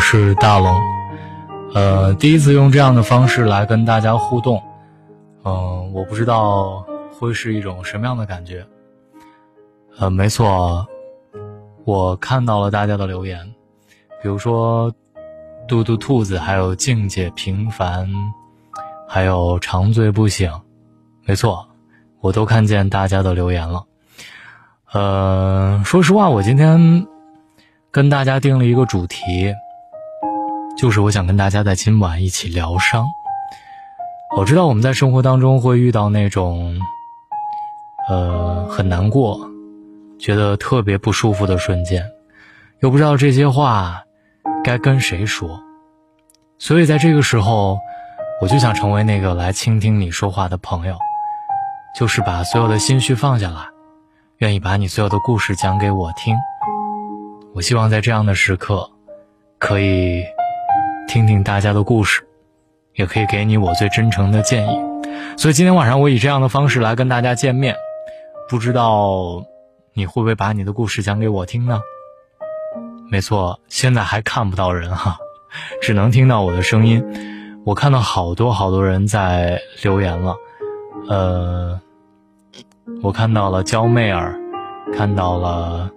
是大龙。第一次用这样的方式来跟大家互动，我不知道会是一种什么样的感觉。没错，我看到了大家的留言，比如说嘟嘟兔子，还有境界平凡，还有长醉不醒。没错，我都看见大家的留言了。说实话，我今天跟大家定了一个主题，就是我想跟大家在今晚一起疗伤。我知道我们在生活当中会遇到那种很难过，觉得特别不舒服的瞬间，又不知道这些话该跟谁说，所以在这个时候我就想成为那个来倾听你说话的朋友，就是把所有的心绪放下来，愿意把你所有的故事讲给我听。我希望在这样的时刻可以听听大家的故事，也可以给你我最真诚的建议。所以今天晚上我以这样的方式来跟大家见面，不知道你会不会把你的故事讲给我听呢？没错，现在还看不到人哈，只能听到我的声音。我看到好多人在留言了，我看到了焦妹儿，看到了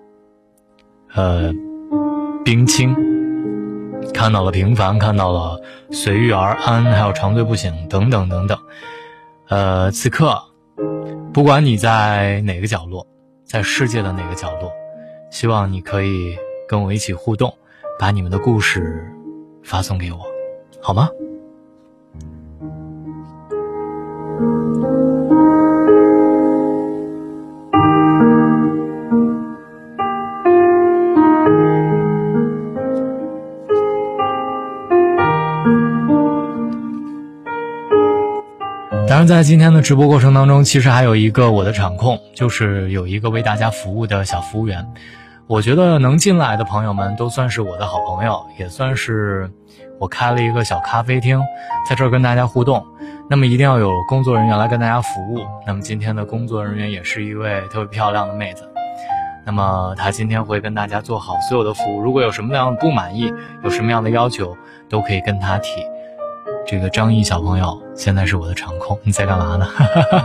冰清，看到了平凡，看到了随遇而安，还有长醉不醒等等等等。此刻不管你在哪个角落，在世界的哪个角落，希望你可以跟我一起互动，把你们的故事发送给我，好吗？当然在今天的直播过程当中，其实还有一个我的场控，就是有一个为大家服务的小服务员。我觉得能进来的朋友们都算是我的好朋友，也算是我开了一个小咖啡厅，在这儿跟大家互动。那么一定要有工作人员来跟大家服务，那么今天的工作人员也是一位特别漂亮的妹子，那么她今天会跟大家做好所有的服务，如果有什么样的不满意，有什么样的要求，都可以跟她提。这个张毅小朋友现在是我的场控，你在干嘛呢？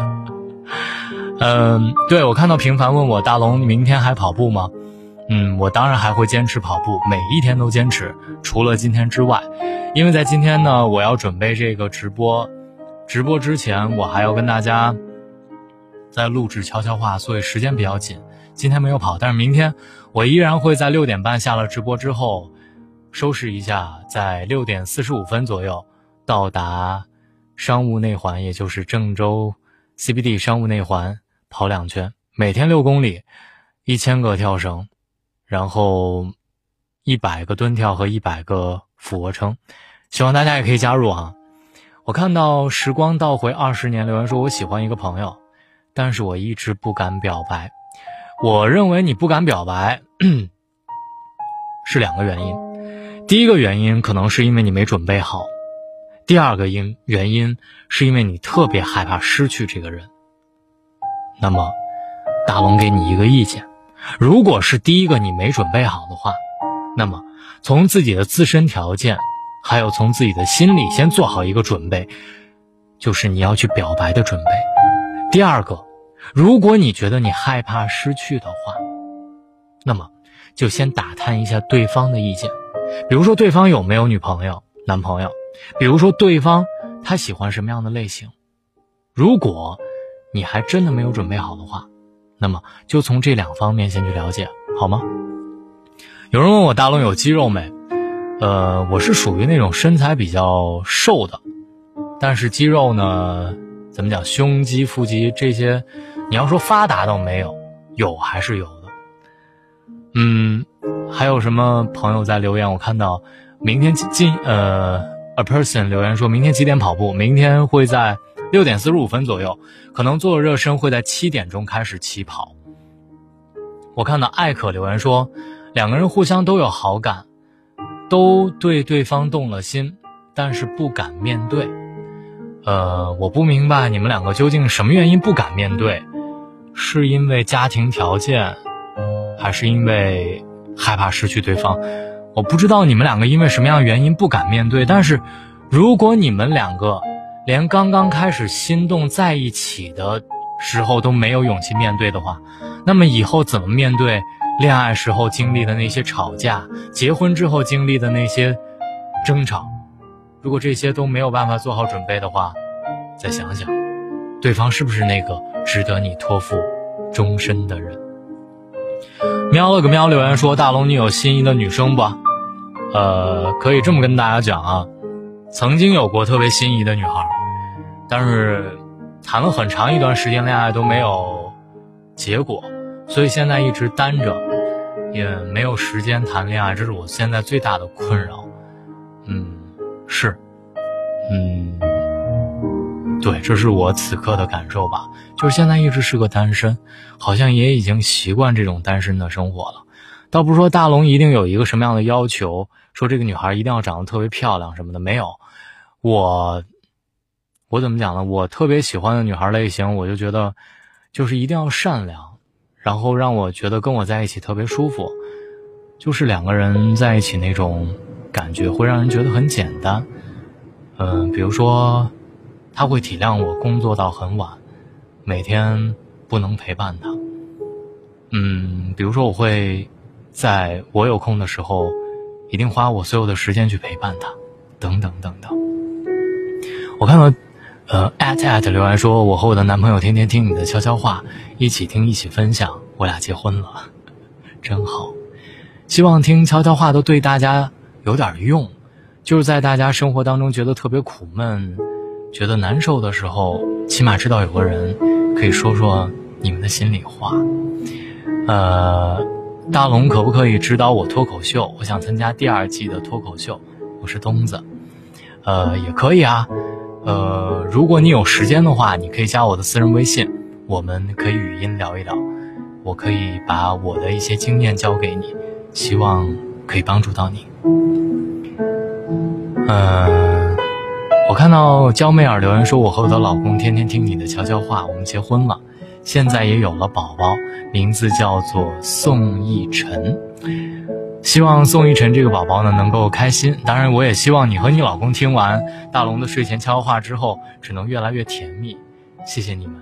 对，我看到平凡问我，大龙明天还跑步吗？我当然还会坚持跑步，每一天都坚持，除了今天之外。因为在今天呢，我要准备这个直播之前我还要跟大家在录制悄悄话，所以时间比较紧，今天没有跑。但是明天我依然会在6点半下了直播之后收拾一下，在6点45分左右到达商务内环，也就是郑州 CBD 商务内环，跑2圈，每天6公里，1000个跳绳，然后100个蹲跳和100个俯卧撑，希望大家也可以加入啊。我看到时光倒回20年留言说，我喜欢一个朋友，但是我一直不敢表白。我认为你不敢表白是2个原因，第一个原因可能是因为你没准备好，第二个原因是因为你特别害怕失去这个人。那么大龙给你一个意见，如果是第一个你没准备好的话，那么从自己的自身条件还有从自己的心里先做好一个准备，就是你要去表白的准备。第二个，如果你觉得你害怕失去的话，那么就先打探一下对方的意见，比如说对方有没有女朋友男朋友，比如说对方他喜欢什么样的类型。如果你还真的没有准备好的话，那么就从这2方面先去了解，好吗？有人问我，大龙有肌肉没？我是属于那种身材比较瘦的，但是肌肉呢，怎么讲，胸肌腹肌这些你要说发达倒没有，有还是有的。还有什么朋友在留言，我看到明天a person 留言说明天几点跑步，明天会在6点45分左右，可能做热身会在7点钟开始起跑。我看到艾可留言说2个人互相都有好感，都对对方动了心，但是不敢面对。我不明白你们2个究竟什么原因不敢面对，是因为家庭条件，还是因为害怕失去对方？ 我不知道你们两个因为什么样的原因不敢面对，但是如果你们两个连刚刚开始心动在一起的时候都没有勇气面对的话，那么以后怎么面对恋爱时候经历的那些吵架，结婚之后经历的那些争吵？如果这些都没有办法做好准备的话，再想想对方是不是那个值得你托付终身的人。喵了个喵留言说，大龙你有心仪的女生不？可以这么跟大家讲啊，曾经有过特别心仪的女孩，但是谈了很长一段时间恋爱都没有结果，所以现在一直单着，也没有时间谈恋爱，这是我现在最大的困扰。对，这是我此刻的感受吧，就是现在一直是个单身，好像也已经习惯这种单身的生活了。倒不是说大龙一定有一个什么样的要求，说这个女孩一定要长得特别漂亮什么的，没有。我怎么讲呢？我特别喜欢的女孩类型，我就觉得就是一定要善良，然后让我觉得跟我在一起特别舒服，就是两个人在一起那种感觉会让人觉得很简单。比如说他会体谅我工作到很晚，每天不能陪伴他。比如说我会在我有空的时候一定花我所有的时间去陪伴他，等等等等。我看到留言说，我和我的男朋友天天听你的悄悄话，一起听一起分享，我俩结婚了，真好。希望听悄悄话都对大家有点用，就是在大家生活当中觉得特别苦闷，觉得难受的时候，起码知道有个人可以说说你们的心里话。大龙可不可以指导我脱口秀？我想参加第2季的脱口秀，我是东子。也可以啊。如果你有时间的话，你可以加我的私人微信，我们可以语音聊一聊，我可以把我的一些经验教给你，希望可以帮助到你。我看到焦妹儿留言说，我和我的老公天天听你的悄悄话，我们结婚了，现在也有了宝宝，名字叫做宋逸晨。希望宋逸晨这个宝宝呢能够开心，当然我也希望你和你老公听完大龙的睡前悄悄话之后只能越来越甜蜜，谢谢你们。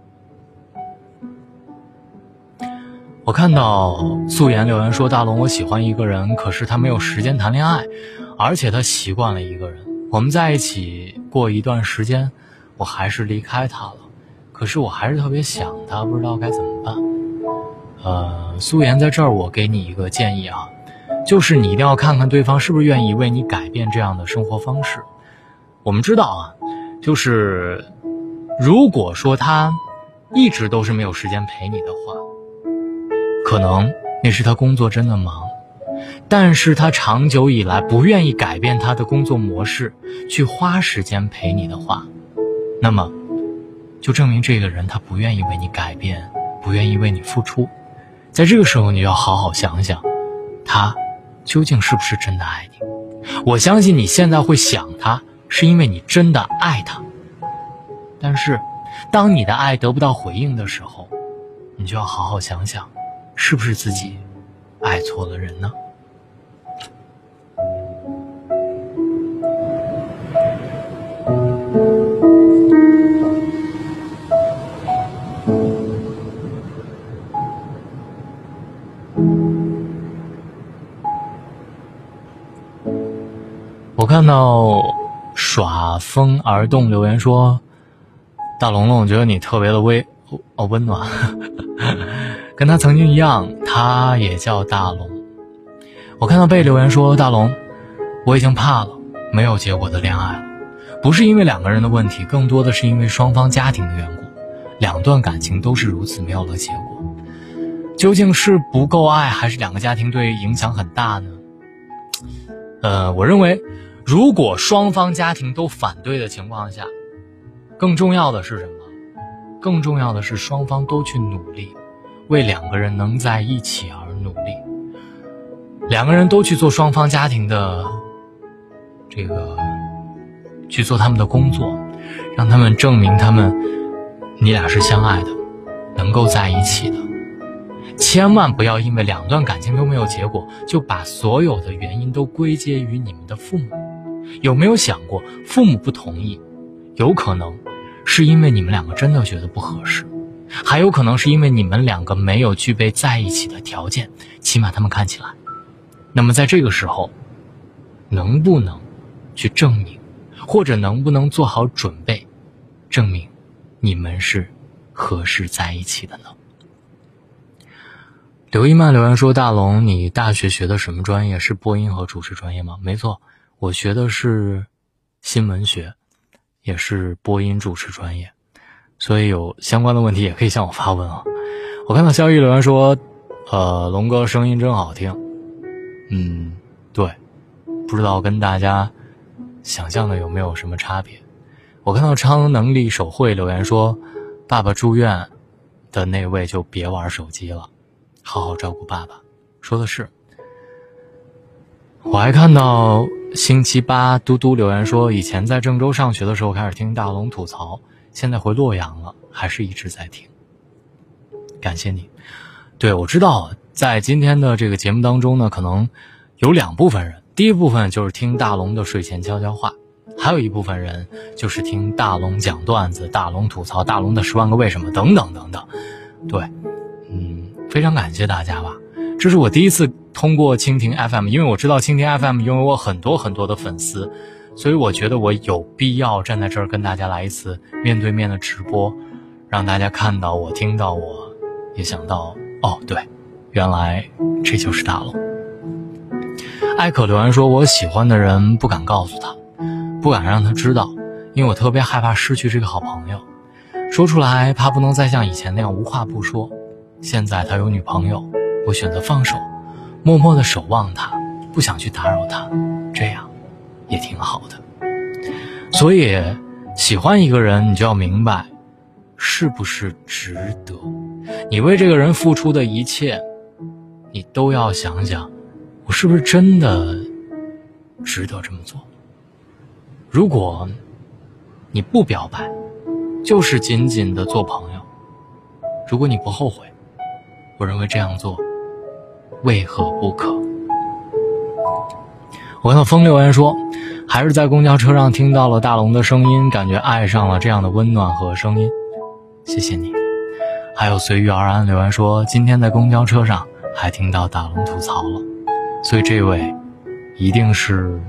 我看到素颜留言说，大龙我喜欢一个人，可是他没有时间谈恋爱，而且他习惯了一个人，我们在一起过一段时间，我还是离开他了，可是我还是特别想他，不知道该怎么办。素颜在这儿我给你一个建议啊，就是你一定要看看对方是不是愿意为你改变这样的生活方式。我们知道啊，就是如果说他一直都是没有时间陪你的话，可能那是他工作真的忙，但是他长久以来不愿意改变他的工作模式，去花时间陪你的话，那么就证明这个人他不愿意为你改变，不愿意为你付出。在这个时候你要好好想想，他究竟是不是真的爱你。我相信你现在会想他，是因为你真的爱他，但是当你的爱得不到回应的时候，你就要好好想想，是不是自己爱错了人呢？我看到耍风而动留言说，大龙龙我觉得你特别的温暖跟他曾经一样，他也叫大龙。我看到被留言说，大龙我已经怕了没有结果的恋爱了，不是因为两个人的问题，更多的是因为双方家庭的缘故，两段感情都是如此，没有了结果。究竟是不够爱，还是两个家庭对影响很大呢？我认为如果双方家庭都反对的情况下，更重要的是什么？更重要的是双方都去努力，为两个人能在一起而努力，两个人都去做双方家庭的去做他们的工作，让他们证明你俩是相爱的，能够在一起的。 千万不要因为2段感情都没有结果，就把所有的原因都归结于你们的父母。有没有想过，父母不同意，有可能是因为你们2个真的觉得不合适，还有可能是因为你们2个没有具备在一起的条件，起码他们看起来。那么在这个时候，能不能去证明，或者能不能做好准备，证明你们是合适在一起的呢？刘一曼留言说，大龙，你大学学的什么专业？是播音和主持专业吗？没错，我学的是新闻学，也是播音主持专业，所以有相关的问题也可以向我发问啊。我看到肖毅留言说，龙哥声音真好听。对，不知道跟大家想象的有没有什么差别。我看到超能力手绘留言说，爸爸住院的那位就别玩手机了，好好照顾爸爸。说的是。我还看到星期八嘟嘟留言说，以前在郑州上学的时候开始听大龙吐槽，现在回洛阳了，还是一直在听。感谢你。对，我知道在今天的这个节目当中呢，可能有2部分人，第一部分就是听大龙的睡前悄悄话，还有一部分人就是听大龙讲段子，大龙吐槽，大龙的10万个为什么等等等等。对，非常感谢大家吧。这是我第一次通过蜻蜓 FM， 因为我知道蜻蜓 FM 拥有我很多很多的粉丝，所以我觉得我有必要站在这儿跟大家来一次面对面的直播，让大家看到我，听到我，也想到，哦，对，原来这就是大龙。艾可留言说，我喜欢的人不敢告诉他，不敢让他知道，因为我特别害怕失去这个好朋友，说出来怕不能再像以前那样无话不说。现在他有女朋友，我选择放手，默默地守望他，不想去打扰他，这样也挺好的。所以喜欢一个人，你就要明白是不是值得，你为这个人付出的一切，你都要想想，我是不是真的值得这么做。如果你不表白，就是仅仅的做朋友，如果你不后悔，我认为这样做为何不可。我看到风留言说，还是在公交车上听到了大龙的声音，感觉爱上了这样的温暖和声音，谢谢你。还有随遇而安留言说，今天在公交车上还听到大龙吐槽了，所以这位一定是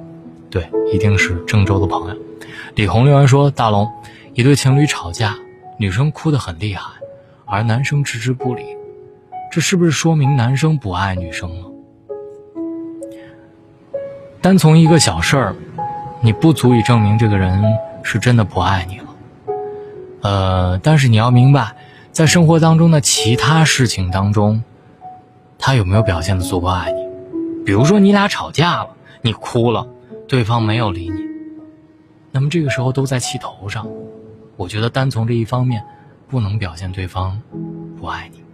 郑州的朋友。李红留言说，大龙，一对情侣吵架，女生哭得很厉害，而男生置之不理，这是不是说明男生不爱女生呢？单从一个小事儿，你不足以证明这个人是真的不爱你了。但是你要明白，在生活当中的其他事情当中，他有没有表现得足够爱你。比如说你俩吵架了，你哭了，对方没有理你，那么这个时候都在气头上，我觉得单从这一方面不能表现对方不爱你。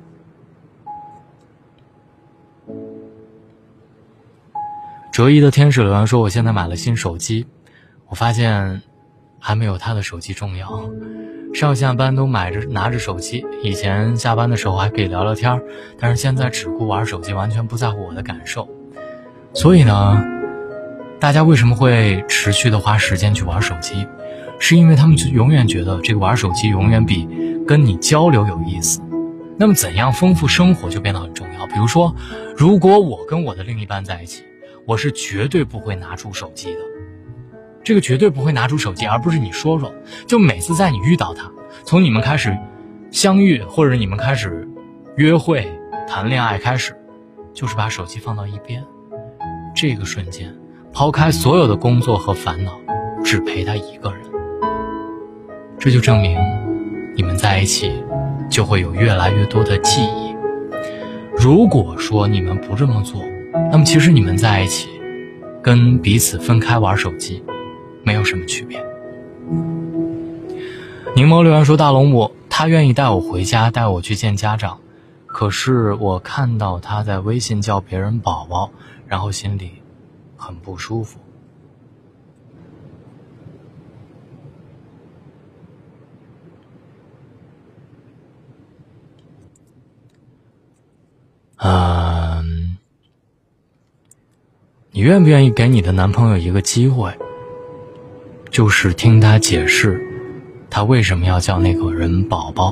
哲一的天使留言说，我现在买了新手机，我发现还没有他的手机重要。上下班都拿着手机，以前下班的时候还可以聊聊天，但是现在只顾玩手机，完全不在乎我的感受。所以呢，大家为什么会持续的花时间去玩手机，是因为他们永远觉得这个玩手机永远比跟你交流有意思。那么怎样丰富生活就变得很重要。比如说，如果我跟我的另一半在一起，我是绝对不会拿出手机的。这个绝对不会拿出手机，而不是你说说，就每次在你遇到他，从你们开始相遇或者你们开始约会谈恋爱开始，就是把手机放到一边，这个瞬间抛开所有的工作和烦恼，只陪他一个人，这就证明你们在一起就会有越来越多的记忆。如果说你们不这么做，那么其实你们在一起跟彼此分开玩手机没有什么区别。柠檬留言说，大龙，他愿意带我回家，带我去见家长，可是我看到他在微信叫别人宝宝，然后心里很不舒服。 你愿不愿意给你的男朋友一个机会，就是听他解释他为什么要叫那个人宝宝，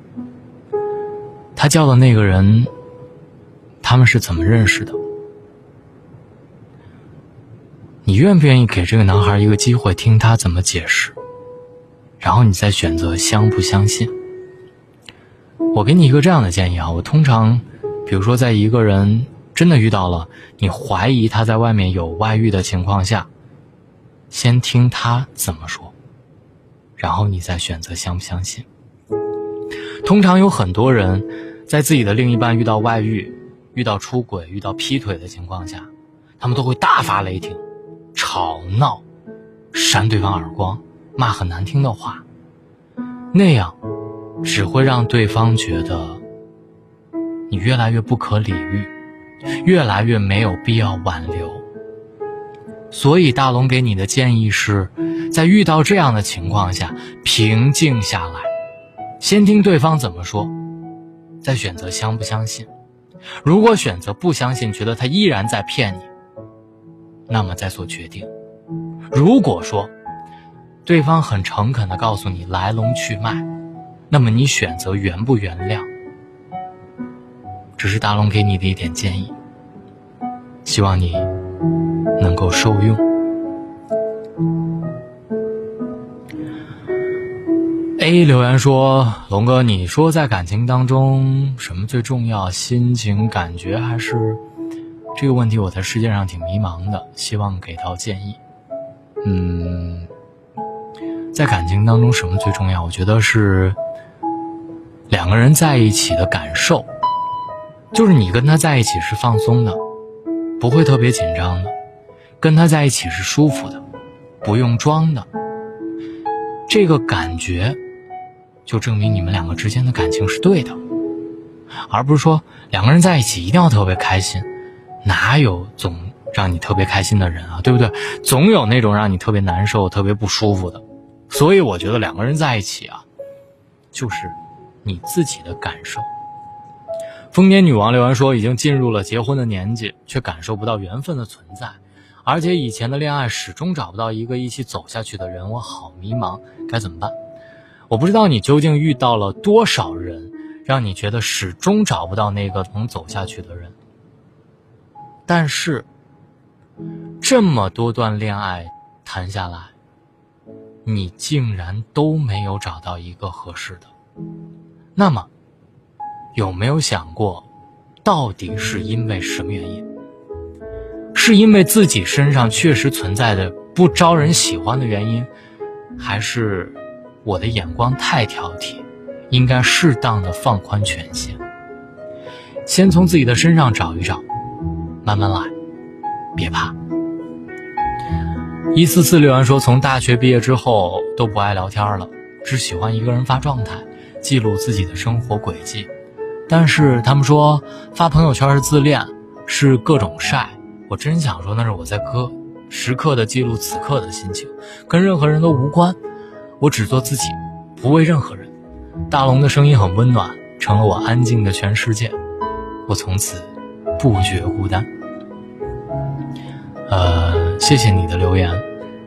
他叫的那个人他们是怎么认识的？你愿不愿意给这个男孩一个机会，听他怎么解释，然后你再选择相不相信？我给你一个这样的建议啊，我通常比如说在一个人真的遇到了你怀疑他在外面有外遇的情况下，先听他怎么说，然后你再选择相不相信。通常有很多人在自己的另一半遇到外遇、遇到出轨、遇到劈腿的情况下，他们都会大发雷霆，吵闹，扇对方耳光，骂很难听的话，那样只会让对方觉得你越来越不可理喻，越来越没有必要挽留。所以大龙给你的建议是，在遇到这样的情况下，平静下来，先听对方怎么说，再选择相不相信。如果选择不相信，觉得他依然在骗你，那么再做决定。如果说对方很诚恳地告诉你来龙去脉，那么你选择原不原谅。这是大龙给你的一点建议，希望你能够受用。A 留言说，龙哥，你说在感情当中什么最重要，心情感觉还是这个问题，我在世界上挺迷茫的，希望给到建议。在感情当中什么最重要，我觉得是两个人在一起的感受，就是你跟他在一起是放松的，不会特别紧张的，跟他在一起是舒服的，不用装的，这个感觉就证明你们两个之间的感情是对的，而不是说两个人在一起一定要特别开心，哪有总让你特别开心的人啊，对不对？总有那种让你特别难受、特别不舒服的。所以我觉得两个人在一起啊，就是你自己的感受。丰年女王留言说，已经进入了结婚的年纪，却感受不到缘分的存在，而且以前的恋爱始终找不到一个一起走下去的人，我好迷茫，该怎么办？我不知道你究竟遇到了多少人，让你觉得始终找不到那个能走下去的人，但是这么多段恋爱谈下来，你竟然都没有找到一个合适的。那么有没有想过，到底是因为什么原因？是因为自己身上确实存在的不招人喜欢的原因，还是我的眼光太挑剔，应该适当的放宽权限？先从自己的身上找一找，慢慢来，别怕。144留言说，从大学毕业之后都不爱聊天了，只喜欢一个人发状态，记录自己的生活轨迹。但是他们说发朋友圈是自恋，是各种晒，我真想说那是我在时刻的记录此刻的心情，跟任何人都无关，我只做自己，不为任何人。大龙的声音很温暖，成了我安静的全世界，我从此不觉孤单。谢谢你的留言。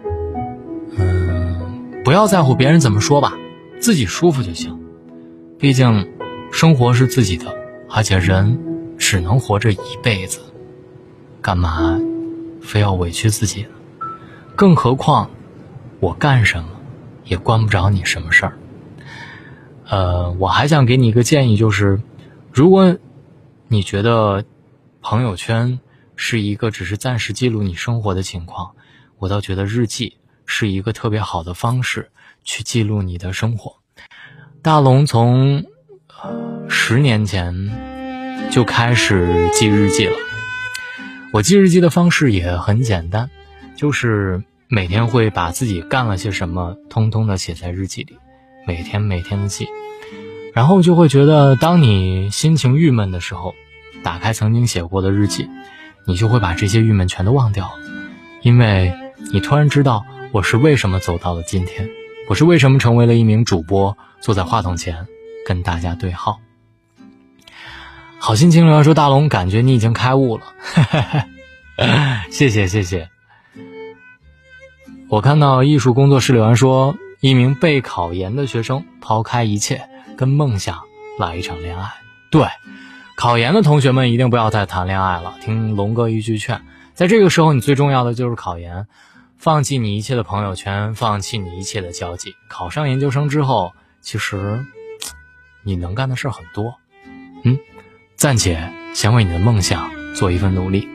不要在乎别人怎么说吧，自己舒服就行。毕竟生活是自己的，而且人只能活着一辈子，干嘛非要委屈自己呢？更何况我干什么也关不着你什么事儿。我还想给你一个建议，就是如果你觉得朋友圈是一个只是暂时记录你生活的情况，我倒觉得日记是一个特别好的方式去记录你的生活。大龙从10年前就开始记日记了，我记日记的方式也很简单，就是每天会把自己干了些什么通通的写在日记里，每天的记，然后就会觉得当你心情郁闷的时候，打开曾经写过的日记，你就会把这些郁闷全都忘掉，因为你突然知道我是为什么走到了今天，我是为什么成为了一名主播，坐在话筒前跟大家对号。 好心情留言说大龙，感觉你已经开悟了。谢谢谢谢。我看到艺术工作室留言说，一名备考研的学生抛开一切跟梦想来一场恋爱。对，考研的同学们一定不要再谈恋爱了，听龙哥一句劝，在这个时候你最重要的就是考研，放弃你一切的朋友圈，放弃你一切的交际。考上研究生之后，其实你能干的事很多，暂且先为你的梦想做一份努力。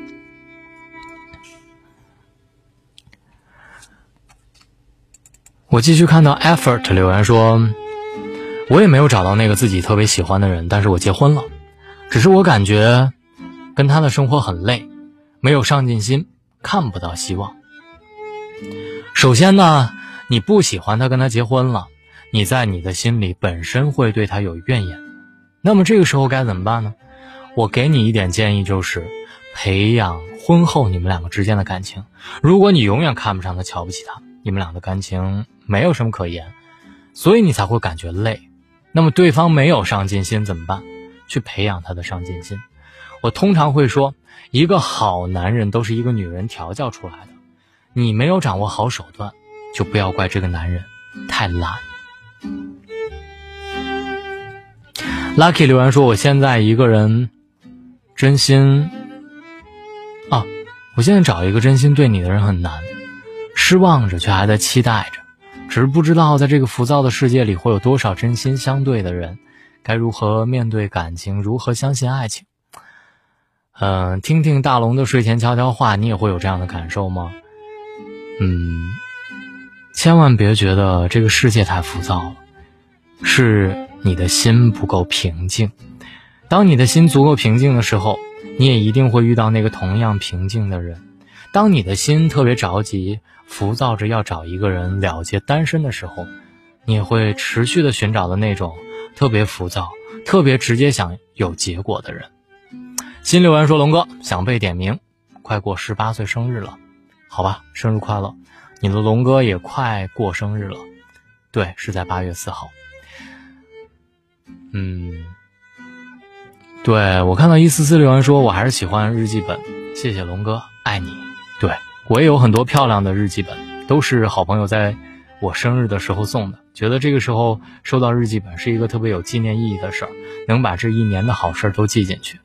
我继续看到 effort 留言说，我也没有找到那个自己特别喜欢的人，但是我结婚了，只是我感觉跟他的生活很累，没有上进心，看不到希望。首先呢，你不喜欢他，跟他结婚了，你在你的心里本身会对他有怨言，那么这个时候该怎么办呢？我给你一点建议，就是培养婚后你们两个之间的感情。如果你永远看不上他，瞧不起他，你们俩的感情没有什么可言，所以你才会感觉累。那么对方没有上进心怎么办？去培养他的上进心。我通常会说，一个好男人都是一个女人调教出来的，你没有掌握好手段，就不要怪这个男人太懒。Lucky 留言说，我现在一个人真心我现在找一个真心对你的人很难，失望着却还在期待着，只是不知道在这个浮躁的世界里会有多少真心相对的人，该如何面对感情，如何相信爱情。听听大龙的睡前悄悄话，你也会有这样的感受吗？千万别觉得这个世界太浮躁了，是你的心不够平静。当你的心足够平静的时候，你也一定会遇到那个同样平静的人。当你的心特别着急，浮躁着要找一个人了结单身的时候，你也会持续的寻找的那种特别浮躁，特别直接想有结果的人。新留言说，龙哥想被点名，快过18岁生日了。好吧，生日快乐，你的龙哥也快过生日了。对，是在8月4号。对，我看到144留言说，我还是喜欢日记本，谢谢龙哥，爱你。对，我也有很多漂亮的日记本，都是好朋友在我生日的时候送的，觉得这个时候收到日记本是一个特别有纪念意义的事儿，能把这一年的好事都记进去。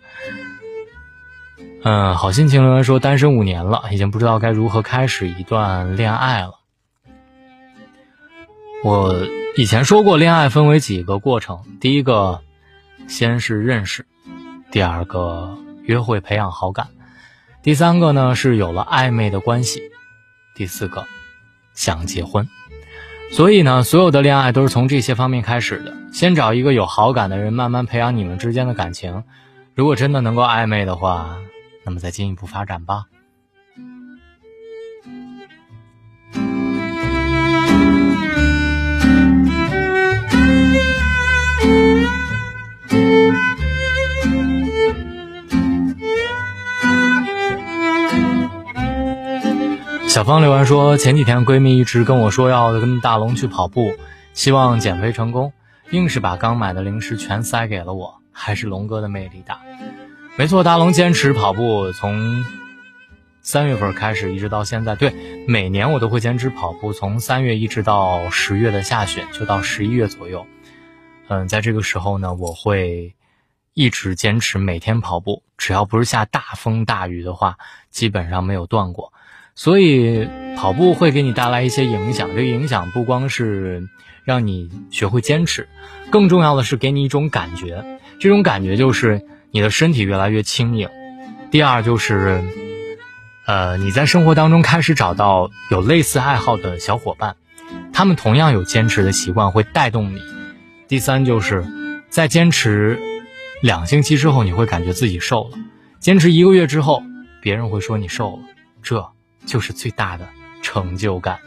好心情留言说，单身5年了，已经不知道该如何开始一段恋爱了。我以前说过，恋爱分为几个过程，第一个先是认识，第二个约会培养好感，第三个呢是有了暧昧的关系，第四个想结婚。所以呢，所有的恋爱都是从这些方面开始的，先找一个有好感的人，慢慢培养你们之间的感情，如果真的能够暧昧的话，那么再进一步发展吧。小芳留言说，前几天闺蜜一直跟我说要跟大龙去跑步，希望减肥成功，硬是把刚买的零食全塞给了我，还是龙哥的魅力大。没错，大龙坚持跑步从3月份开始一直到现在，对，每年我都会坚持跑步，从3月一直到10月的下旬，就到11月左右。在这个时候呢，我会一直坚持每天跑步，只要不是下大风大雨的话，基本上没有断过。所以跑步会给你带来一些影响，这个影响不光是让你学会坚持，更重要的是给你一种感觉，这种感觉就是你的身体越来越轻盈。第二就是你在生活当中开始找到有类似爱好的小伙伴，他们同样有坚持的习惯，会带动你。第三就是在坚持2星期之后，你会感觉自己瘦了，坚持1个月之后，别人会说你瘦了，这就是最大的成就感。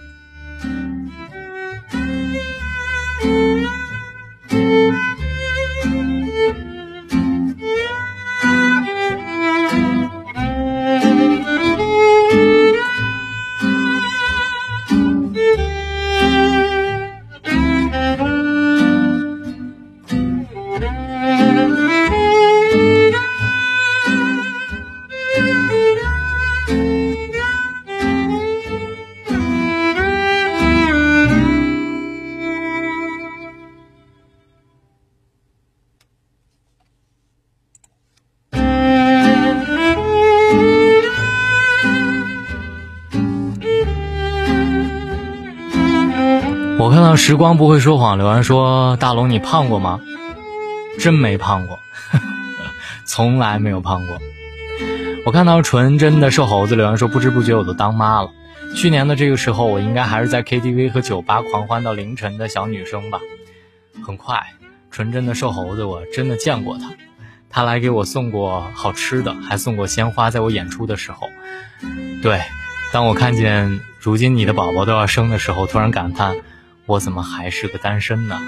时光不会说谎留言说，大龙你胖过吗？真没胖过从来没有胖过。我看到纯真的瘦猴子留言说，不知不觉我都当妈了。去年的这个时候，我应该还是在 KTV 和酒吧狂欢到凌晨的小女生吧。很快，纯真的瘦猴子我真的见过他来给我送过好吃的，还送过鲜花，在我演出的时候。对，当我看见如今你的宝宝都要生的时候，突然感叹，我怎么还是个单身呢？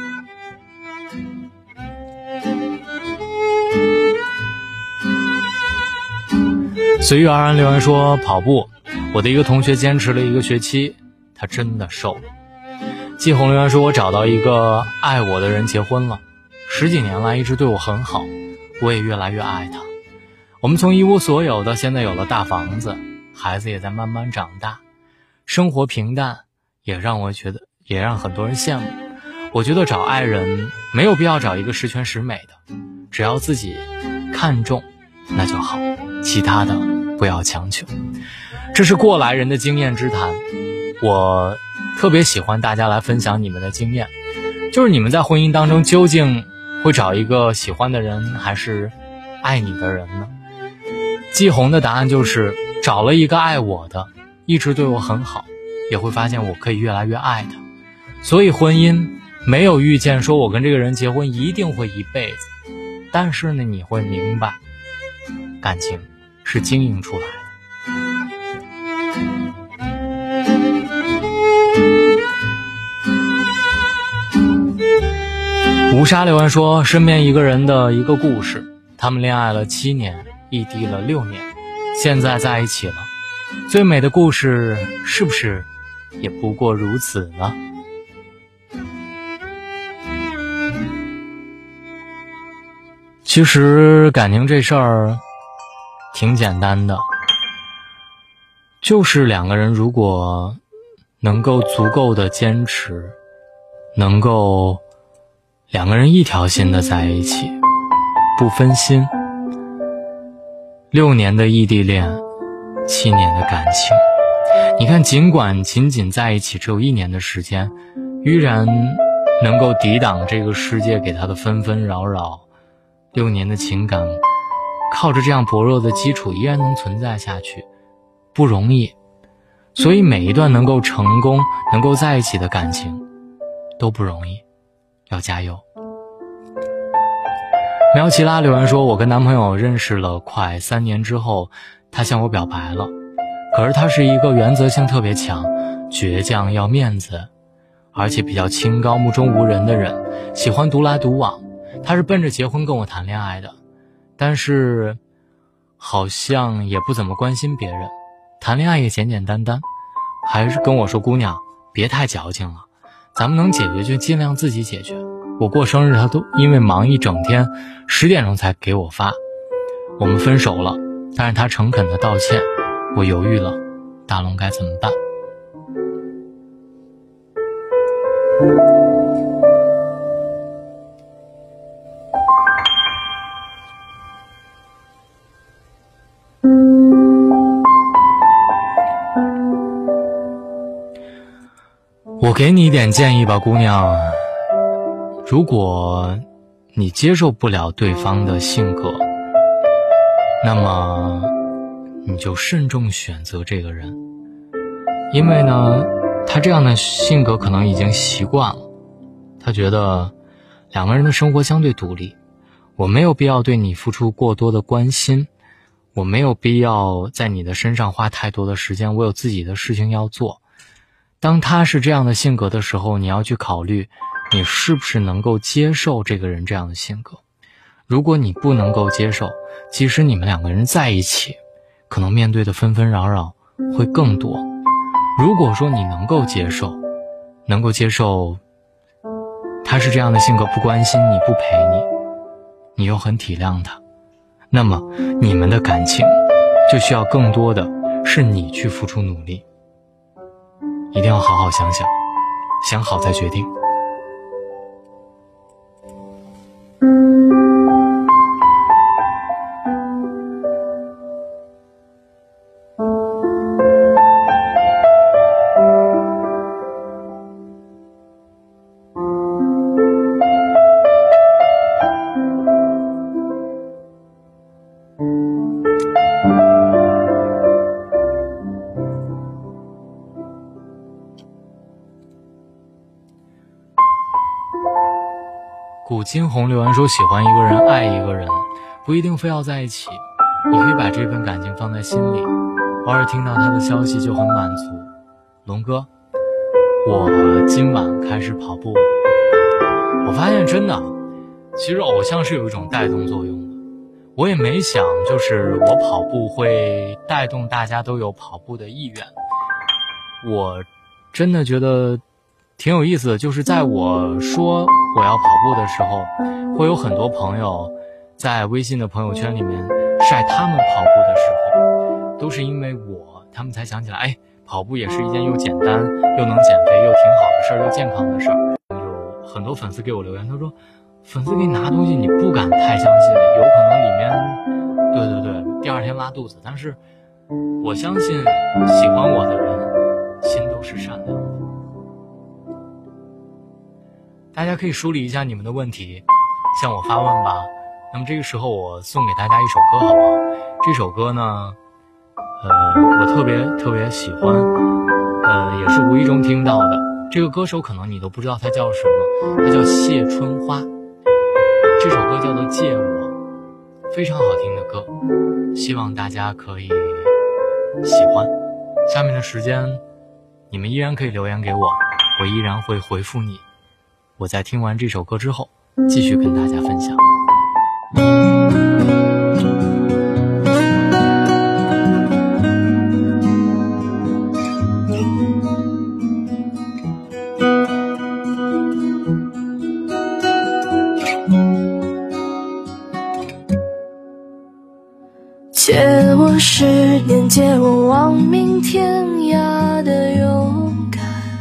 随遇而安留言说，跑步，我的一个同学坚持了1个学期，他真的瘦了。季红留言说，我找到一个爱我的人结婚了，10几年来一直对我很好，我也越来越爱他。我们从一无所有的现在有了大房子，孩子也在慢慢长大，生活平淡，也让很多人羡慕。我觉得找爱人没有必要找一个十全十美的，只要自己看重那就好，其他的不要强求。这是过来人的经验之谈，我特别喜欢大家来分享你们的经验，就是你们在婚姻当中究竟会找一个喜欢的人还是爱你的人呢？季红的答案就是找了一个爱我的，一直对我很好，也会发现我可以越来越爱他。所以婚姻没有预见说我跟这个人结婚一定会一辈子，但是呢，你会明白感情是经营出来的。吴沙留言说，身边一个人的一个故事，他们恋爱了7年，异地了6年，现在在一起了。最美的故事是不是也不过如此呢？其实感情这事儿挺简单的，就是2个人如果能够足够的坚持，能够2个人一条心的在一起，不分心。6年的异地恋，7年的感情，你看尽管仅仅在一起只有1年的时间，依然能够抵挡这个世界给他的纷纷扰扰。6年的情感靠着这样薄弱的基础依然能存在下去，不容易。所以每一段能够成功能够在一起的感情都不容易，要加油。苗奇拉留言说，我跟男朋友认识了快3年之后，他向我表白了，可是他是一个原则性特别强，倔强要面子，而且比较清高目中无人的人，喜欢独来独往。他是奔着结婚跟我谈恋爱的，但是好像也不怎么关心别人，谈恋爱也简简单单，还是跟我说，姑娘别太矫情了，咱们能解决就尽量自己解决。我过生日他都因为忙一整天10点钟才给我发。我们分手了，但是他诚恳的道歉，我犹豫了，大龙该怎么办？我给你一点建议吧，姑娘，如果你接受不了对方的性格，那么你就慎重选择这个人。因为呢，他这样的性格可能已经习惯了，他觉得2个人的生活相对独立，我没有必要对你付出过多的关心，我没有必要在你的身上花太多的时间，我有自己的事情要做。当他是这样的性格的时候，你要去考虑你是不是能够接受这个人这样的性格。如果你不能够接受，即使你们2个人在一起，可能面对的纷纷扰扰会更多。如果说你能够接受他是这样的性格，不关心你，不陪你，你又很体谅他，那么你们的感情就需要更多的是你去付出努力。一定要好好想想，想好再决定。 金红留言说，喜欢一个人，爱一个人，不一定非要在一起，你可以把这份感情放在心里，偶尔听到他的消息就很满足。龙哥，我今晚开始跑步了。我发现真的，其实偶像是有一种带动作用的。我也没想就是我跑步会带动大家都有跑步的意愿。我真的觉得挺有意思的，就是在我说我要跑步的时候，会有很多朋友在微信的朋友圈里面晒他们跑步的时候，都是因为他们才想起来，哎，跑步也是一件又简单又能减肥又挺好的事儿，又健康的事儿。有很多粉丝给我留言，他说粉丝给你拿东西你不敢太相信，有可能里面对第二天拉肚子，但是我相信喜欢我的人心都是善良的。大家可以梳理一下你们的问题，向我发问吧。那么这个时候我送给大家一首歌好不好？这首歌呢我特别喜欢，也是无意中听到的。这个歌手可能你都不知道他叫什么，他叫谢春花。这首歌叫做《借我》，非常好听的歌，希望大家可以喜欢。下面的时间你们依然可以留言给我，我依然会回复你。我在听完这首歌之后继续跟大家分享。 借我10年，借我亡命天涯的勇敢，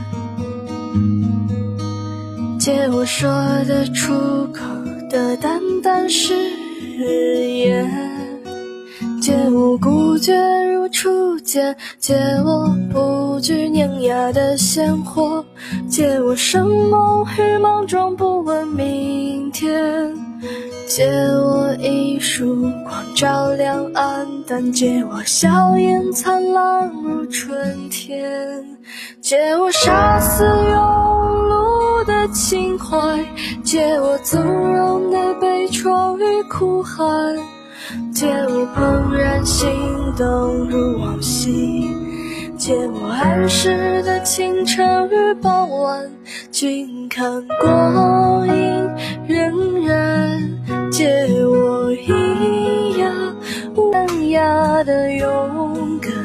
借我说得出口的淡淡誓言，借我孤绝如初见，借我不惧碾压的鲜活，借我生猛与莽撞，不问明天，借我一束光照亮暗淡，借我笑颜灿烂如春天，借我杀死庸碌的情怀，借我纵容的悲怆与哭喊，借我怦然心动如往昔，借我安适的清晨与傍晚，静看光阴荏苒，借我一样无压的勇敢，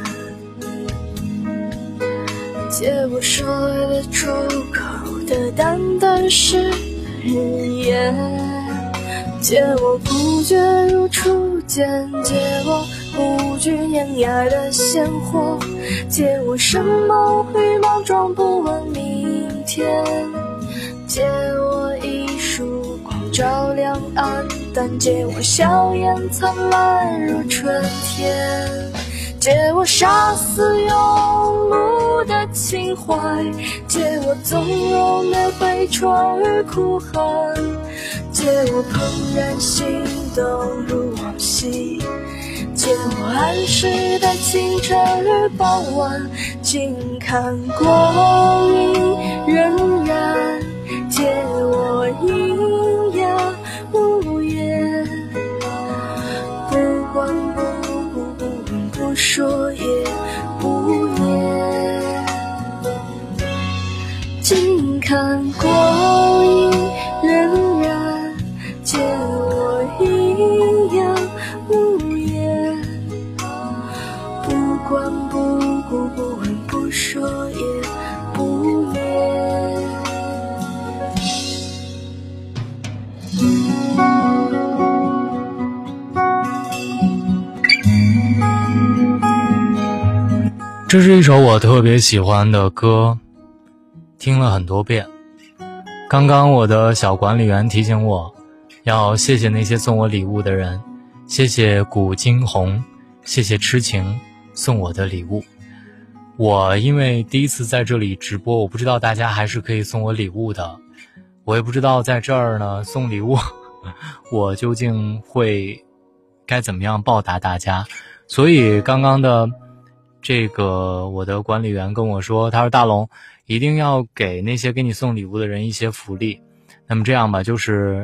借我说得出口的淡淡誓言，借我不觉如初见，借我不惧碾压的鲜活，借我生猛与莽撞，不问明天，借我一束光照亮暗淡，借我笑颜灿烂如春天，借我杀死庸碌的情怀，借我纵容的悲怆与哭喊，借我怦然心动如往昔，借我安适的清晨与傍晚，静看光阴荏苒，借我阴阳无言，不管不问不说也不言，静看光阴荏苒，借我阴阳无言，不管不顾不问不说也不言。 这是一首我特别喜欢的歌，听了很多遍。刚刚我的小管理员提醒我要谢谢那些送我礼物的人，谢谢古金红，谢谢痴情送我的礼物。我因为第一次在这里直播，我不知道大家还是可以送我礼物的，我也不知道在这儿呢送礼物我究竟会该怎么样报答大家。所以刚刚的这个我的管理员跟我说，他说大龙一定要给那些给你送礼物的人一些福利。那么这样吧，就是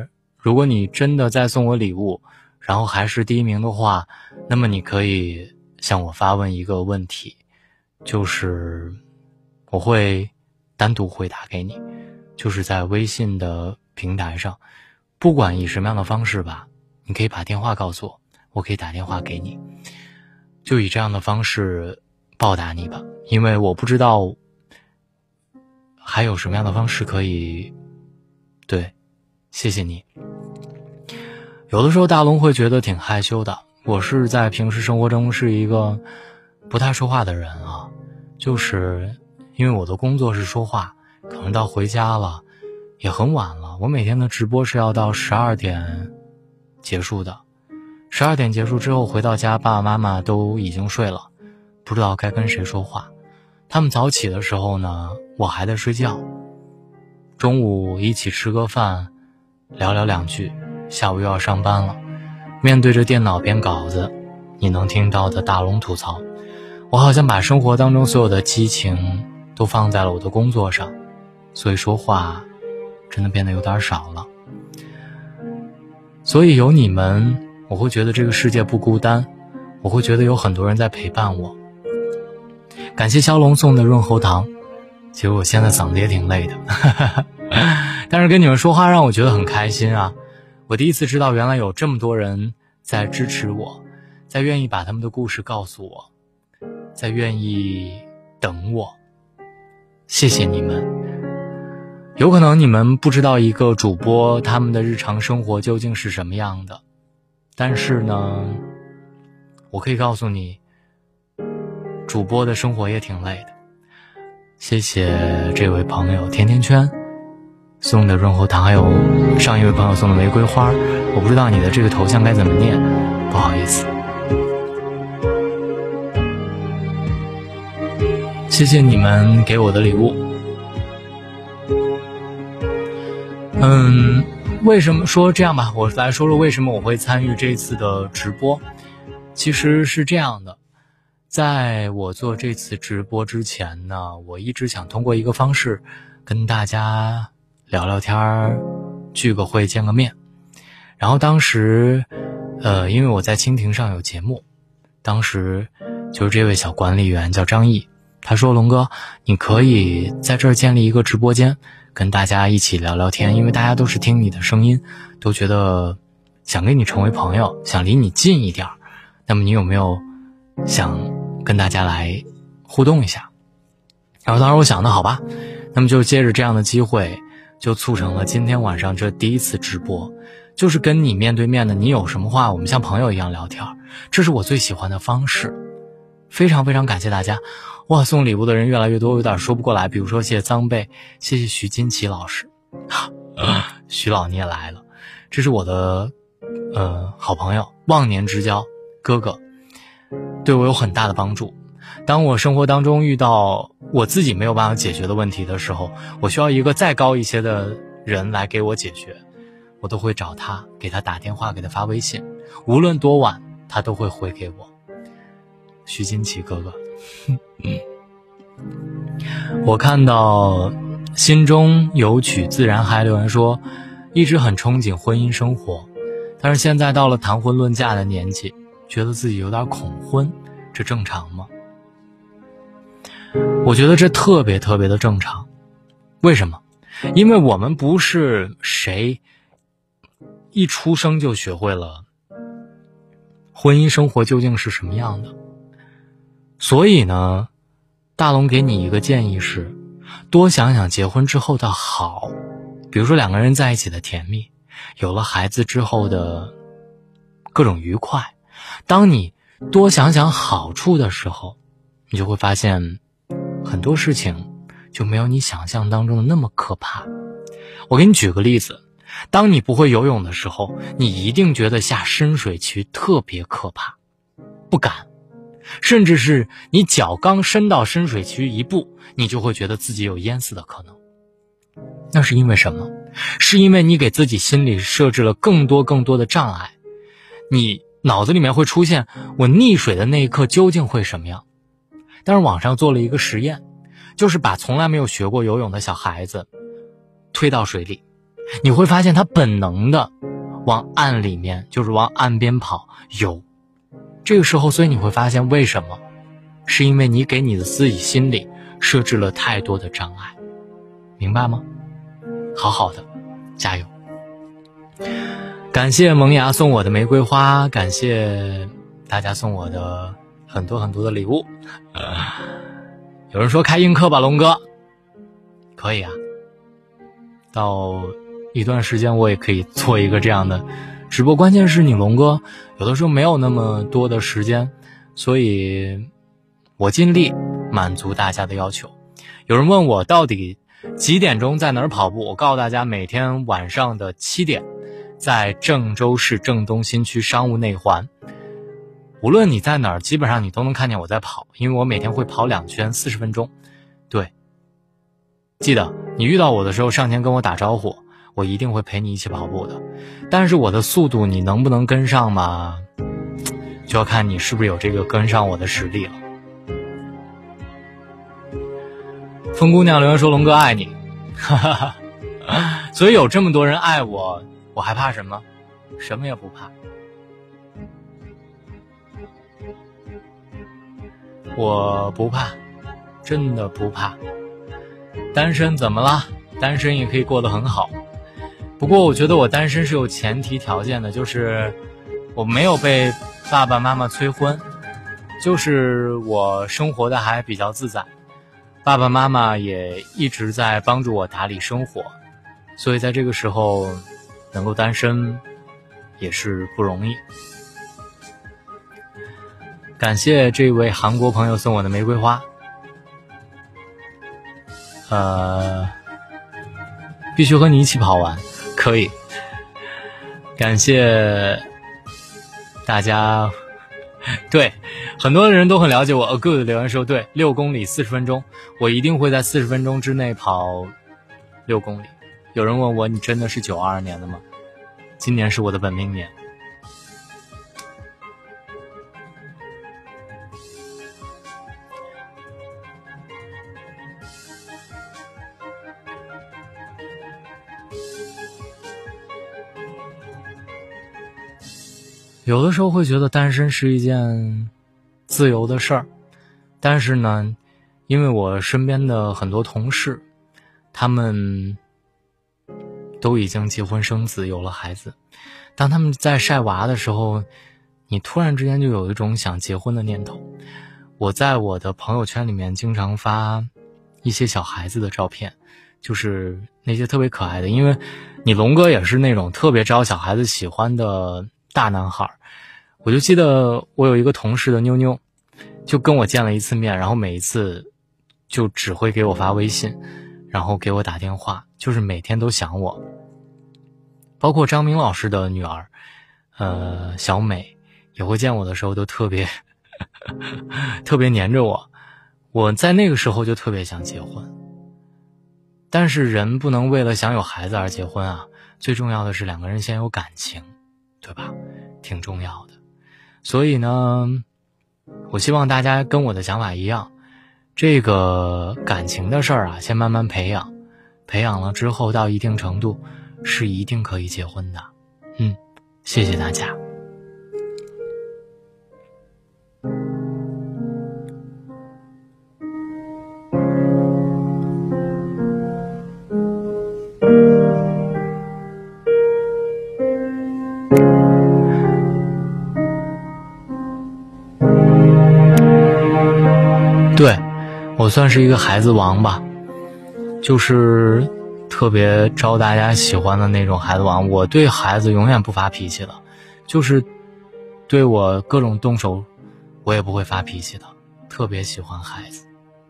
如果你真的再送我礼物，然后还是第1名的话，那么你可以向我发问一个问题，就是我会单独回答给你，就是在微信的平台上，不管以什么样的方式吧，你可以把电话告诉我，我可以打电话给你，就以这样的方式报答你吧，因为我不知道还有什么样的方式可以，对，谢谢你。有的时候大龙会觉得挺害羞的，我是在平时生活中是一个不太说话的人啊，就是因为我的工作是说话，可能到回家了也很晚了，我每天的直播是要到12点结束的，12点结束之后回到家，爸爸妈妈都已经睡了，不知道该跟谁说话。他们早起的时候呢，我还在睡觉，中午一起吃个饭，聊聊2句，下午又要上班了，面对着电脑编稿子，你能听到的大龙吐槽，我好像把生活当中所有的激情都放在了我的工作上，所以说话真的变得有点少了。所以有你们，我会觉得这个世界不孤单，我会觉得有很多人在陪伴我。感谢骁龙送的润喉糖，其实我现在嗓子也挺累的但是跟你们说话让我觉得很开心啊！我第一次知道原来有这么多人在支持我，在愿意把他们的故事告诉我，在愿意等我，谢谢你们。有可能你们不知道一个主播他们的日常生活究竟是什么样的，但是呢，我可以告诉你，主播的生活也挺累的。谢谢这位朋友甜甜圈送的润喉糖，还有上一位朋友送的玫瑰花，我不知道你的这个头像该怎么念，不好意思。谢谢你们给我的礼物。为什么说这样吧，我来说说为什么我会参与这次的直播。其实是这样的，在我做这次直播之前呢，我一直想通过一个方式跟大家聊聊天，聚个会，见个面。然后当时因为我在蜻蜓上有节目，当时就是这位小管理员叫张毅，他说龙哥，你可以在这儿建立一个直播间，跟大家一起聊聊天，因为大家都是听你的声音，都觉得想跟你成为朋友，想离你近一点，那么你有没有想跟大家来互动一下？然后当时我想的好吧，那么就借着这样的机会，就促成了今天晚上这第一次直播，就是跟你面对面的，你有什么话我们像朋友一样聊天，这是我最喜欢的方式。非常非常感谢大家，哇，送礼物的人越来越多，我有点说不过来。比如说谢谢脏贝，谢谢徐金奇老师徐老你也来了，这是我的好朋友，忘年之交哥哥，对我有很大的帮助。当我生活当中遇到我自己没有办法解决的问题的时候，我需要一个再高一些的人来给我解决，我都会找他，给他打电话，给他发微信，无论多晚他都会回给我。徐金奇哥哥我看到心中有曲自然嗨留言说，一直很憧憬婚姻生活，但是现在到了谈婚论嫁的年纪，觉得自己有点恐婚，这正常吗？我觉得这特别特别的正常。为什么？因为我们不是谁一出生就学会了婚姻生活究竟是什么样的。所以呢，大龙给你一个建议是，多想想结婚之后的好，比如说2个人在一起的甜蜜，有了孩子之后的各种愉快。当你多想想好处的时候，你就会发现很多事情就没有你想象当中的那么可怕。我给你举个例子，当你不会游泳的时候，你一定觉得下深水区特别可怕，不敢，甚至是你脚刚伸到深水区一步，你就会觉得自己有淹死的可能。那是因为什么？是因为你给自己心里设置了更多的障碍，你脑子里面会出现我溺水的那一刻究竟会什么样。但是网上做了一个实验，就是把从来没有学过游泳的小孩子推到水里，你会发现他本能的往岸里面，就是往岸边跑，有。这个时候，所以你会发现为什么？是因为你给你的自己心里设置了太多的障碍，明白吗？好好的，加油！感谢萌芽送我的玫瑰花，感谢大家送我的很多很多的礼物。有人说开映课吧，龙哥，可以啊。到一段时间我也可以做一个这样的直播，关键是你龙哥有的时候没有那么多的时间，所以我尽力满足大家的要求。有人问我到底几点钟在哪儿跑步，我告诉大家，每天晚上的7点，在郑州市郑东新区商务内环。无论你在哪儿，基本上你都能看见我在跑，因为我每天会跑2圈40分钟。对，记得你遇到我的时候上前跟我打招呼，我一定会陪你一起跑步的。但是我的速度你能不能跟上嘛，就要看你是不是有这个跟上我的实力了。风姑娘留言说龙哥爱你，哈哈哈。所以有这么多人爱我，我还怕什么？什么也不怕。我不怕，真的不怕。单身怎么了？单身也可以过得很好。不过我觉得我单身是有前提条件的，就是我没有被爸爸妈妈催婚，就是我生活的还比较自在，爸爸妈妈也一直在帮助我打理生活，所以在这个时候能够单身也是不容易。感谢这位韩国朋友送我的玫瑰花。必须和你一起跑完，可以。感谢大家。对，很多人都很了解我。good 留言说对，6公里40分钟，我一定会在40分钟之内跑6公里。有人问我，你真的是92年的吗？今年是我的本命年。有的时候会觉得单身是一件自由的事儿，但是呢，因为我身边的很多同事，他们都已经结婚生子，有了孩子。当他们在晒娃的时候，你突然之间就有一种想结婚的念头。我在我的朋友圈里面经常发一些小孩子的照片，就是那些特别可爱的，因为你龙哥也是那种特别招小孩子喜欢的大男孩。我就记得我有一个同事的妞妞，就跟我见了一次面，然后每一次就只会给我发微信，然后给我打电话，就是每天都想我。包括张明老师的女儿小美也会见我的时候都特别特别黏着我。我在那个时候就特别想结婚，但是人不能为了想有孩子而结婚啊，最重要的是两个人先有感情，对吧？挺重要的。所以呢，我希望大家跟我的想法一样，这个感情的事儿啊，先慢慢培养，培养了之后到一定程度是一定可以结婚的。谢谢大家。对，我算是一个孩子王吧，就是特别招大家喜欢的那种孩子王。我对孩子永远不发脾气的，就是对我各种动手我也不会发脾气的，特别喜欢孩子。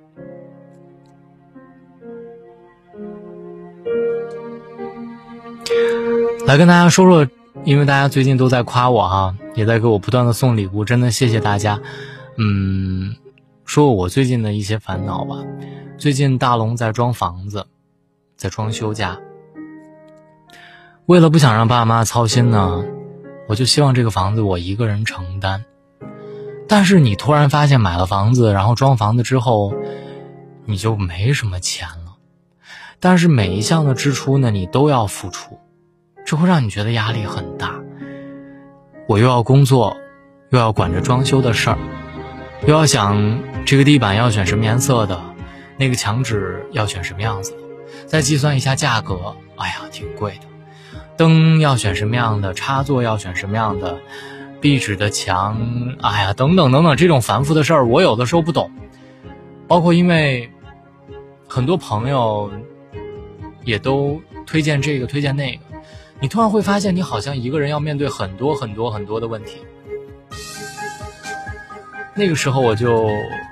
来跟大家说说，因为大家最近都在夸我哈，也在给我不断的送礼物，真的谢谢大家。说我最近的一些烦恼吧。最近大龙在装房子，在装修家，为了不想让爸妈操心呢，我就希望这个房子我一个人承担。但是你突然发现买了房子，然后装房子之后你就没什么钱了，但是每一项的支出呢你都要付出， 这会让你觉得压力很大。我又要工作，又要管着装修的事儿，又要想这个地板要选什么颜色的，那个墙纸要选什么样子的，再计算一下价格，哎呀，挺贵的。灯要选什么样的，插座要选什么样的，壁纸的墙，哎呀，等等等等，这种繁复的事儿，我有的时候不懂。包括因为很多朋友也都推荐这个推荐那个，你突然会发现你好像一个人要面对很多很多很多的问题。那个时候我就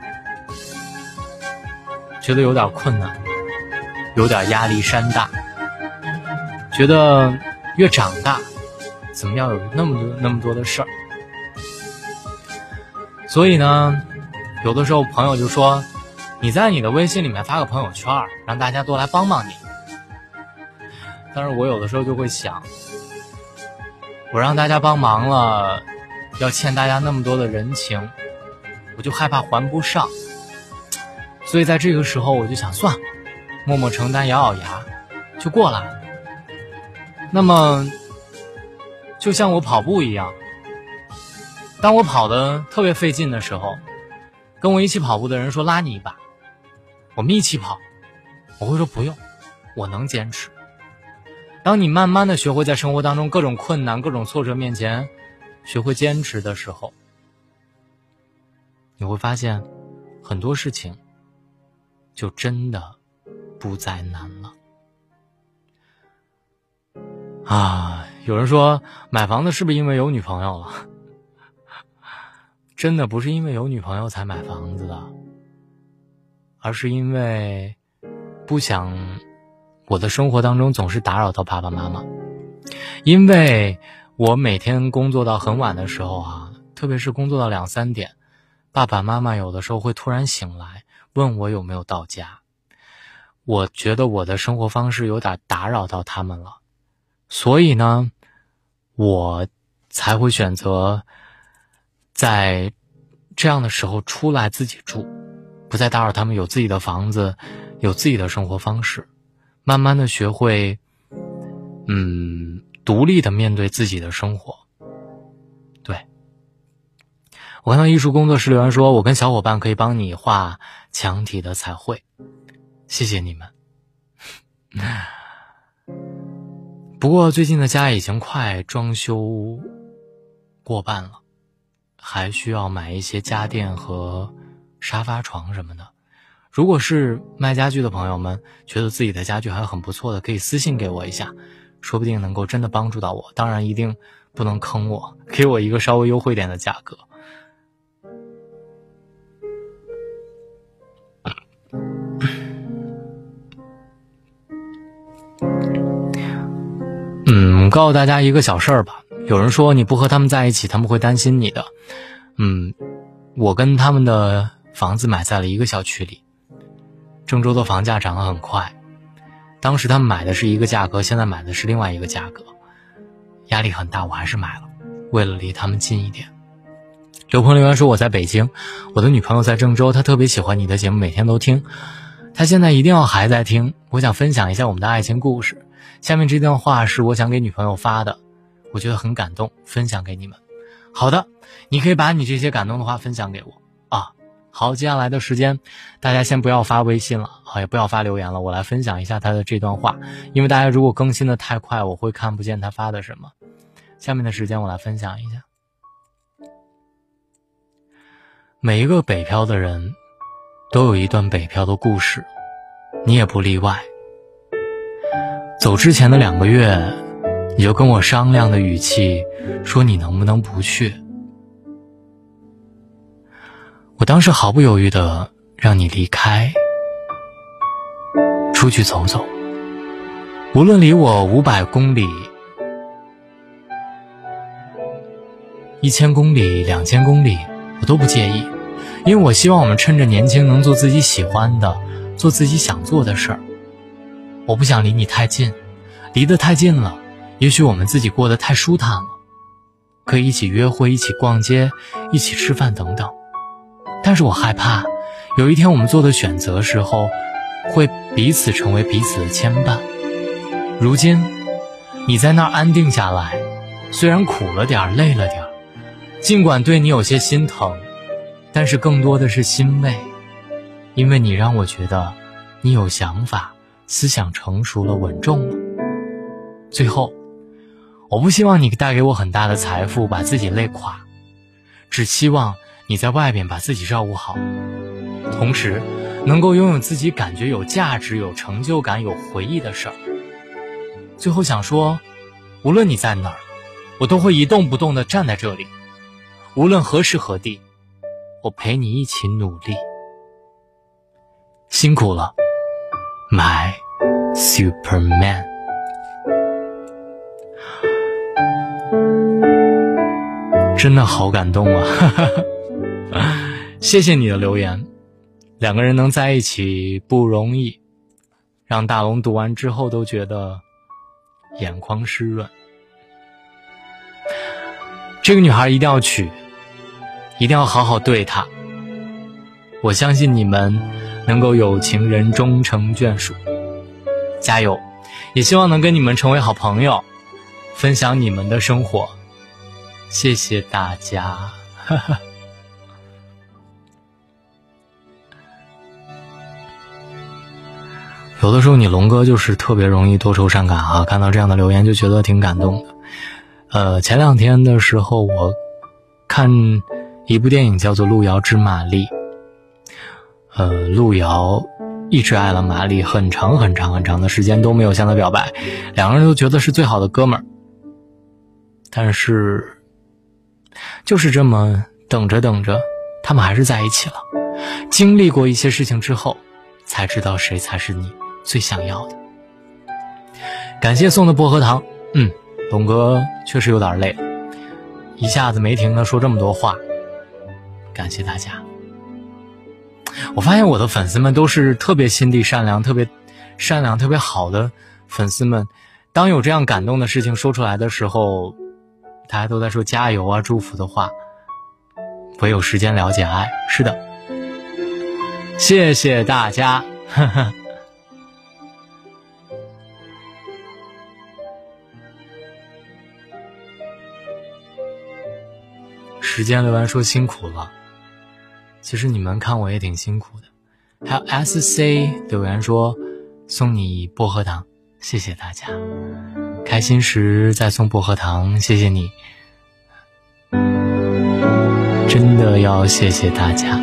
觉得有点困难，有点压力山大，觉得越长大怎么要有那么多的事儿。所以呢，有的时候朋友就说，你在你的微信里面发个朋友圈，让大家多来帮帮你。但是我有的时候就会想，我让大家帮忙了，要欠大家那么多的人情，我就害怕还不上。所以在这个时候我就想，算了，默默承担，咬咬牙就过来了。那么就像我跑步一样，当我跑得特别费劲的时候，跟我一起跑步的人说拉你一把，我们一起跑，我会说不用，我能坚持。当你慢慢的学会在生活当中各种困难、各种挫折面前学会坚持的时候，你会发现很多事情就真的不再难了。有人说买房子是不是因为有女朋友了？真的不是因为有女朋友才买房子的，而是因为不想我的生活当中总是打扰到爸爸妈妈。因为我每天工作到很晚的时候特别是工作到2、3点，爸爸妈妈有的时候会突然醒来问我有没有到家，我觉得我的生活方式有点打扰到他们了，所以呢，我才会选择在这样的时候出来自己住，不再打扰他们有自己的房子，有自己的生活方式，慢慢的学会独立的面对自己的生活。对，我看到艺术工作室留言说，我跟小伙伴可以帮你画墙体的彩绘，谢谢你们。不过最近的家已经快装修过半了，还需要买一些家电和沙发床什么的。如果是卖家具的朋友们觉得自己的家具还很不错的，可以私信给我一下，说不定能够真的帮助到我。当然一定不能坑我，给我一个稍微优惠点的价格。告诉大家一个小事儿吧。有人说你不和他们在一起，他们会担心你的。我跟他们的房子买在了一个小区里。郑州的房价涨得很快，当时他们买的是一个价格，现在买的是另外一个价格，压力很大，我还是买了，为了离他们近一点。刘鹏留言说，我在北京，我的女朋友在郑州，她特别喜欢你的节目，每天都听，她现在一定要还在听。我想分享一下我们的爱情故事，下面这段话是我想给女朋友发的，我觉得很感动，分享给你们。好的，你可以把你这些感动的话分享给我好，接下来的时间大家先不要发微信了也不要发留言了，我来分享一下他的这段话，因为大家如果更新的太快，我会看不见他发的什么。下面的时间我来分享一下。每一个北漂的人都有一段北漂的故事，你也不例外。走之前的2个月，你就跟我商量的语气说你能不能不去。我当时毫不犹豫的让你离开，出去走走，无论离我500公里、1000公里、2000公里，我都不介意，因为我希望我们趁着年轻能做自己喜欢的，做自己想做的事儿。我不想离你太近，离得太近了，也许我们自己过得太舒坦了，可以一起约会，一起逛街，一起吃饭等等。但是我害怕有一天我们做的选择时候会彼此成为彼此的牵绊。如今你在那儿安定下来，虽然苦了点，累了点，尽管对你有些心疼，但是更多的是欣慰，因为你让我觉得你有想法，思想成熟了，稳重了。最后，我不希望你带给我很大的财富，把自己累垮，只希望你在外边把自己照顾好，同时能够拥有自己感觉有价值、有成就感、有回忆的事儿。最后想说，无论你在哪儿，我都会一动不动地站在这里，无论何时何地，我陪你一起努力。辛苦了 My Superman。 真的好感动啊谢谢你的留言，两个人能在一起不容易，让大龙读完之后都觉得眼眶湿润。这个女孩一定要娶，一定要好好对她，我相信你们能够有情人终成眷属，加油！也希望能跟你们成为好朋友，分享你们的生活。谢谢大家有的时候你龙哥就是特别容易多愁善感啊，看到这样的留言就觉得挺感动的。前两天的时候我看一部电影叫做《路遥知马力》，路遥一直爱了马力很长很长很长的时间，都没有向他表白，两个人都觉得是最好的哥们儿，但是就是这么等着等着，他们还是在一起了。经历过一些事情之后，才知道谁才是你最想要的。感谢送的薄荷糖。龙哥确实有点累了，一下子没停的说这么多话，感谢大家。我发现我的粉丝们都是特别心地善良、特别善良、特别好的粉丝们，当有这样感动的事情说出来的时候，大家都在说加油啊，祝福的话。唯有时间了解爱，是的，谢谢大家时间留言说辛苦了，其实你们看我也挺辛苦的。还有 SC 留言说送你薄荷糖，谢谢大家。开心时再送薄荷糖，谢谢你，真的要谢谢大家。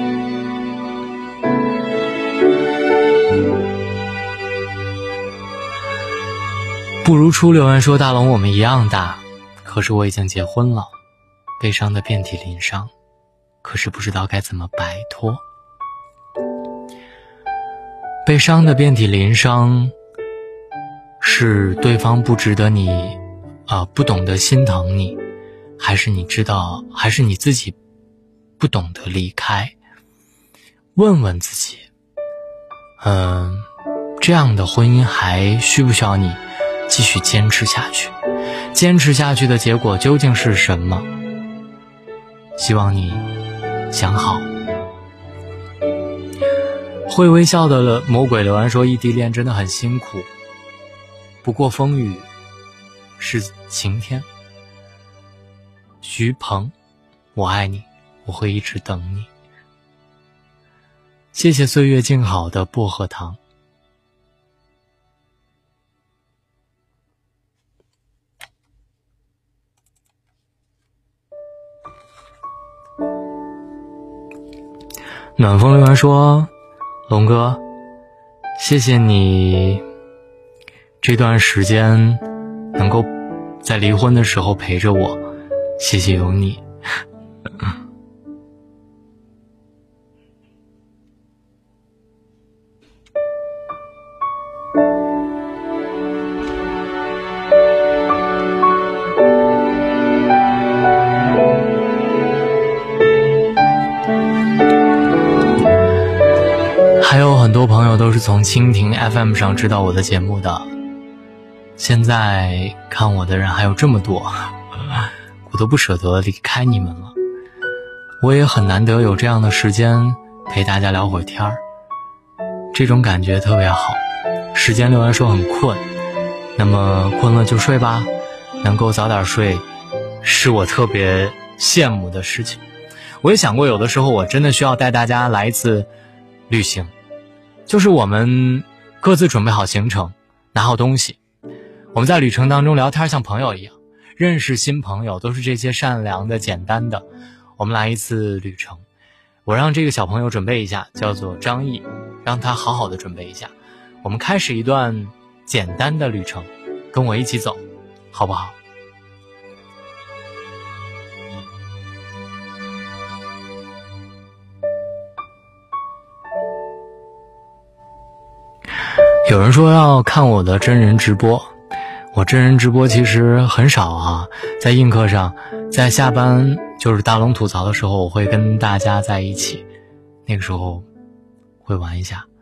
不如初留言说大龙我们一样大，可是我已经结婚了，悲伤的遍体鳞伤，可是不知道该怎么摆脱。悲伤的遍体鳞伤是对方不值得你不懂得心疼你，还是你知道，还是你自己不懂得离开？问问自己，这样的婚姻还需不需要你继续坚持下去？坚持下去的结果究竟是什么？希望你想好。会微笑的魔鬼留言说异地恋真的很辛苦，不过风雨是晴天。徐鹏，我爱你，我会一直等你。谢谢岁月静好的薄荷糖。暖风留言说，龙哥，谢谢你这段时间能够在离婚的时候陪着我，谢谢有你。还有很多朋友都是从蜻蜓 FM 上知道我的节目的，现在看我的人还有这么多，我都不舍得离开你们了。我也很难得有这样的时间陪大家聊会儿天儿，这种感觉特别好。时间留言说很困， 那么困了就睡吧，能够早点睡是我特别羡慕的事情。我也想过，有的时候我真的需要带大家来一次旅行，就是我们各自准备好行程，拿好东西，我们在旅程当中聊天，像朋友一样，认识新朋友，都是这些善良的简单的。我们来一次旅程，我让这个小朋友准备一下，叫做张毅，让他好好的准备一下，我们开始一段简单的旅程，跟我一起走，好不好？有人说要看我的真人直播，我真人直播其实很少啊，在映客上，在下班就是大龙吐槽的时候，我会跟大家在一起，那个时候会玩一下。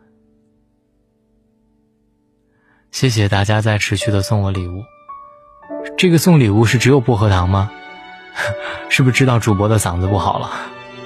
谢谢大家在持续的送我礼物。这个送礼物是只有薄荷糖吗？是不是知道主播的嗓子不好了？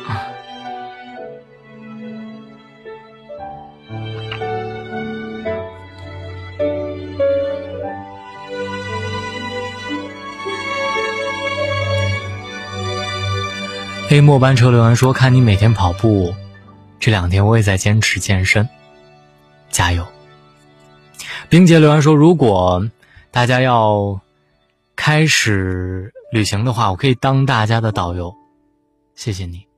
黑末班车留言说，看你每天跑步，这2天我也在坚持健身，加油。冰洁留言说，如果大家要开始旅行的话，我可以当大家的导游，谢谢你。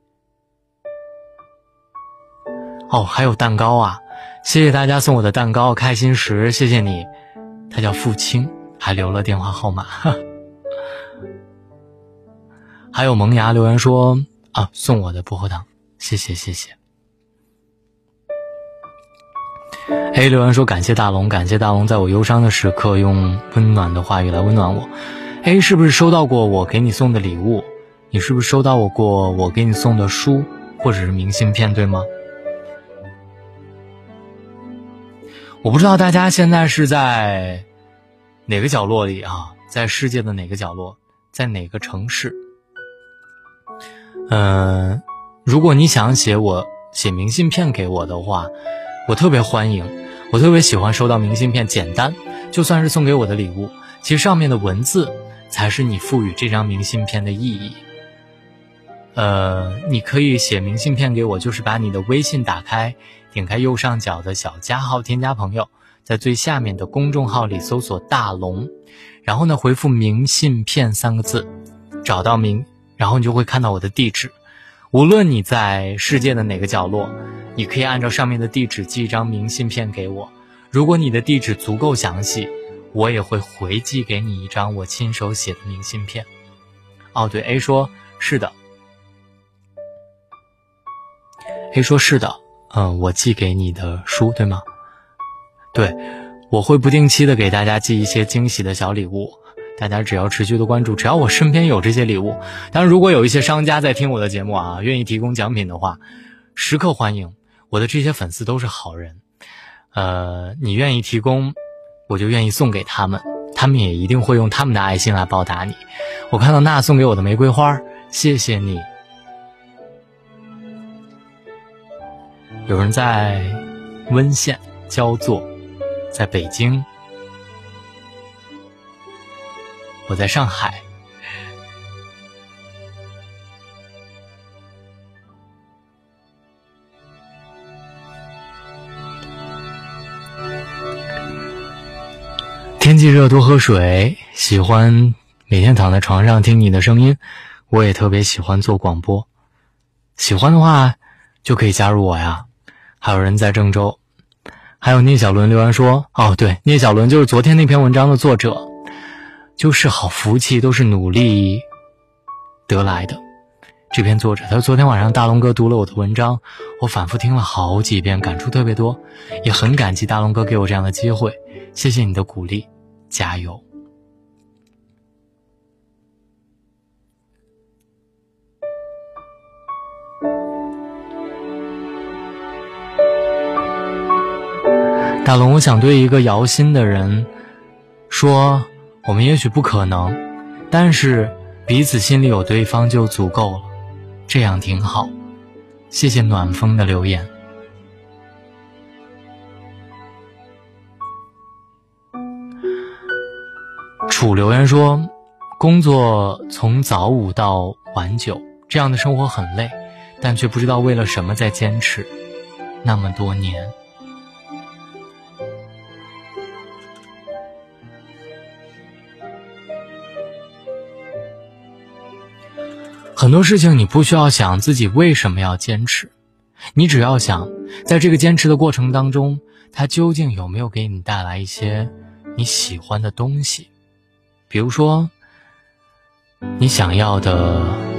哦，还有蛋糕啊，谢谢大家送我的蛋糕，开心时，谢谢你。他叫付清，还留了电话号码。还有萌芽留言说，啊，送我的薄荷糖，谢谢谢谢。A 留言说，感谢大龙，感谢大龙在我忧伤的时刻用温暖的话语来温暖我。A 是不是收到过我给你送的礼物？你是不是收到过我给你送的书或者是明信片，对吗？我不知道大家现在是在哪个角落里啊，在世界的哪个角落，在哪个城市。如果你想写明信片给我的话，我特别欢迎，我特别喜欢收到明信片，简单，就算是送给我的礼物，其实上面的文字才是你赋予这张明信片的意义。你可以写明信片给我，就是把你的微信打开，点开右上角的小加号，添加朋友，在最下面的公众号里搜索大龙，然后呢回复明信片3个字，找到然后你就会看到我的地址。无论你在世界的哪个角落，你可以按照上面的地址寄一张明信片给我。如果你的地址足够详细，我也会回寄给你一张我亲手写的明信片。哦，对 ，A 说是的。A 说是的，我寄给你的书，对吗？对，我会不定期的给大家寄一些惊喜的小礼物。大家只要持续的关注，只要我身边有这些礼物，当然如果有一些商家在听我的节目啊，愿意提供奖品的话，时刻欢迎。我的这些粉丝都是好人，你愿意提供，我就愿意送给他们，他们也一定会用他们的爱心来报答你。我看到娜送给我的玫瑰花，谢谢你。有人在温县焦作，在北京，我在上海。天气热多喝水，喜欢每天躺在床上听你的声音，我也特别喜欢做广播。喜欢的话就可以加入我呀。还有人在郑州，还有聂小伦留言说，哦对，聂小伦就是昨天那篇文章的作者，就是好福气都是努力得来的。这篇作者他说，昨天晚上大龙哥读了我的文章，我反复听了好几遍，感触特别多，也很感激大龙哥给我这样的机会，谢谢你的鼓励，加油。大龙，我想对一个摇心的人说，我们也许不可能，但是彼此心里有对方就足够了，这样挺好。谢谢暖风的留言。 楚留言说，工作从早5到晚9，这样的生活很累，但却不知道为了什么在坚持那么多年。很多事情你不需要想自己为什么要坚持，你只要想在这个坚持的过程当中，它究竟有没有给你带来一些你喜欢的东西。比如说你想要的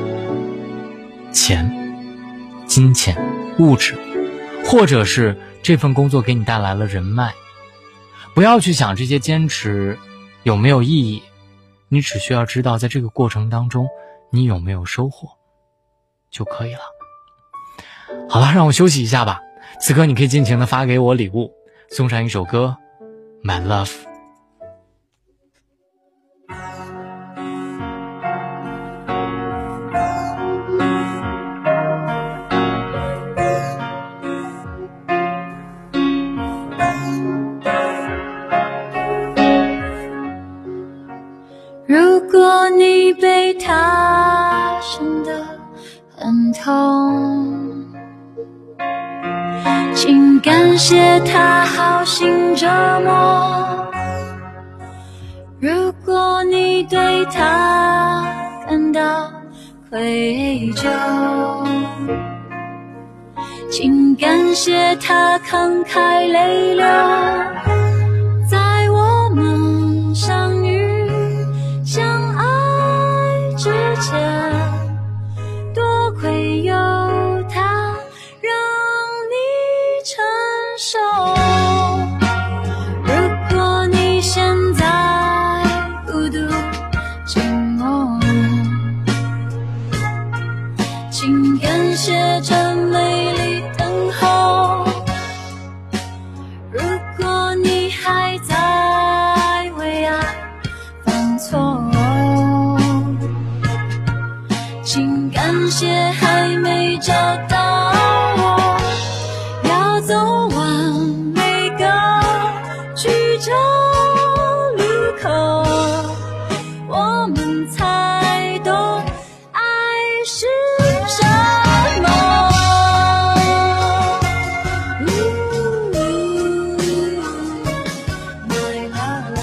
钱、金钱、物质，或者是这份工作给你带来了人脉。不要去想这些坚持有没有意义，你只需要知道在这个过程当中你有没有收获就可以了。好了，让我休息一下吧。此刻你可以尽情的发给我礼物，送上一首歌 My Love。 如果你被他伤得很痛，请感谢他好心折磨。如果你对他感到愧疚，请感谢他慷慨泪流。在我们相遇相爱之前，多亏有他让你成熟。如果你现在孤独寂寞，请感谢这美丽等候。如果你还在为爱犯错，请感谢还没找到我。要走完每个曲折路口，我们才懂爱是什么。My love。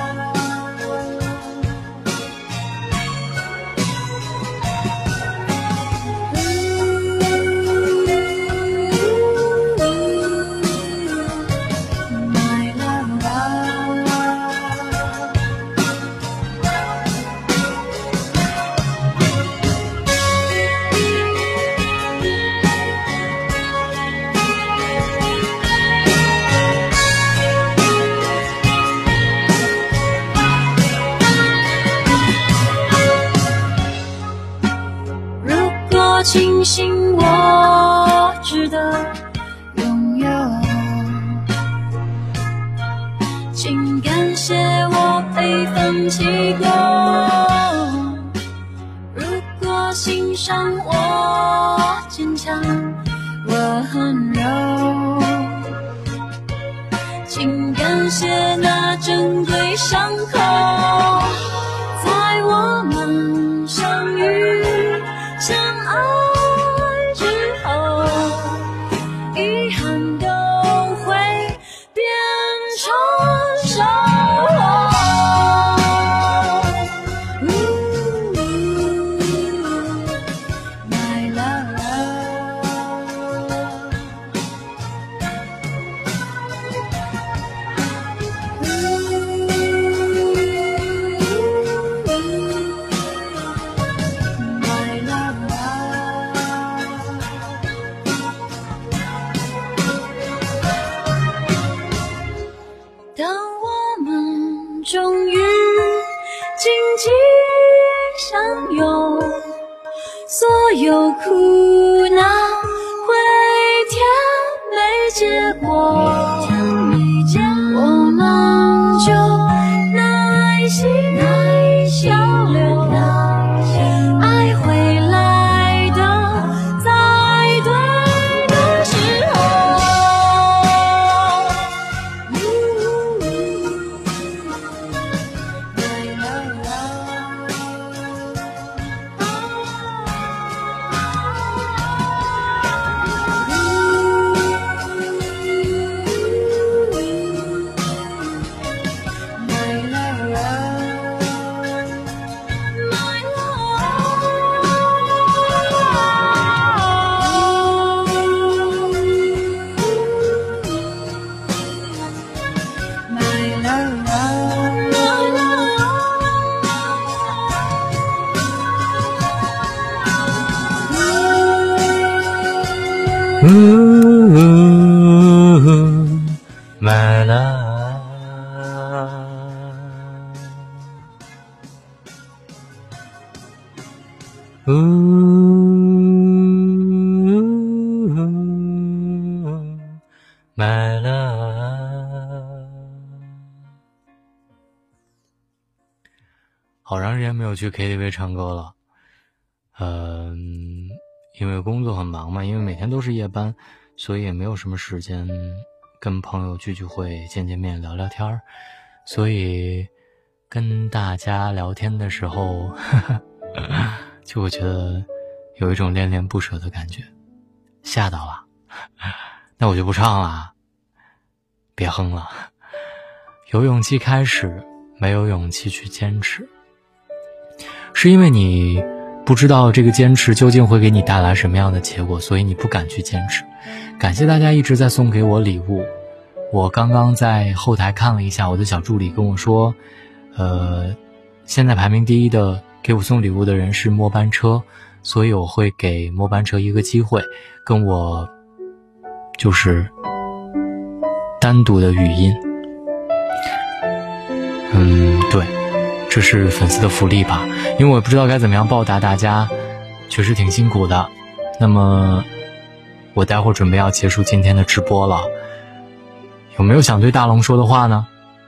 庆幸我值得拥有，请感谢我培奋气功。如果欣赏我坚强，我很柔，请感谢那珍贵伤口。在我们相遇相爱之后，遗憾都会变成收获。My love。当我们终于紧紧相拥，所有苦恼会甜没结果，我们就耐心交流，爱会来的在对的时候。My My love。My love。好长时间没有去 KTV 唱歌了，因为工作很忙嘛，因为每天都是夜班，所以也没有什么时间跟朋友聚会、见面、聊聊天，所以跟大家聊天的时候就会觉得有一种恋恋不舍的感觉。吓到了，那我就不唱了，别哼了。有勇气开始，没有勇气去坚持，是因为你不知道这个坚持究竟会给你带来什么样的结果，所以你不敢去坚持。感谢大家一直在送给我礼物，我刚刚在后台看了一下，我的小助理跟我说，现在排名第一的给我送礼物的人是末班车，所以我会给末班车一个机会，跟我就是单独的语音。对，这是粉丝的福利吧，因为我不知道该怎么样报答大家，确实挺辛苦的。那么我待会儿准备要结束今天的直播了，有没有想对大龙说的话呢？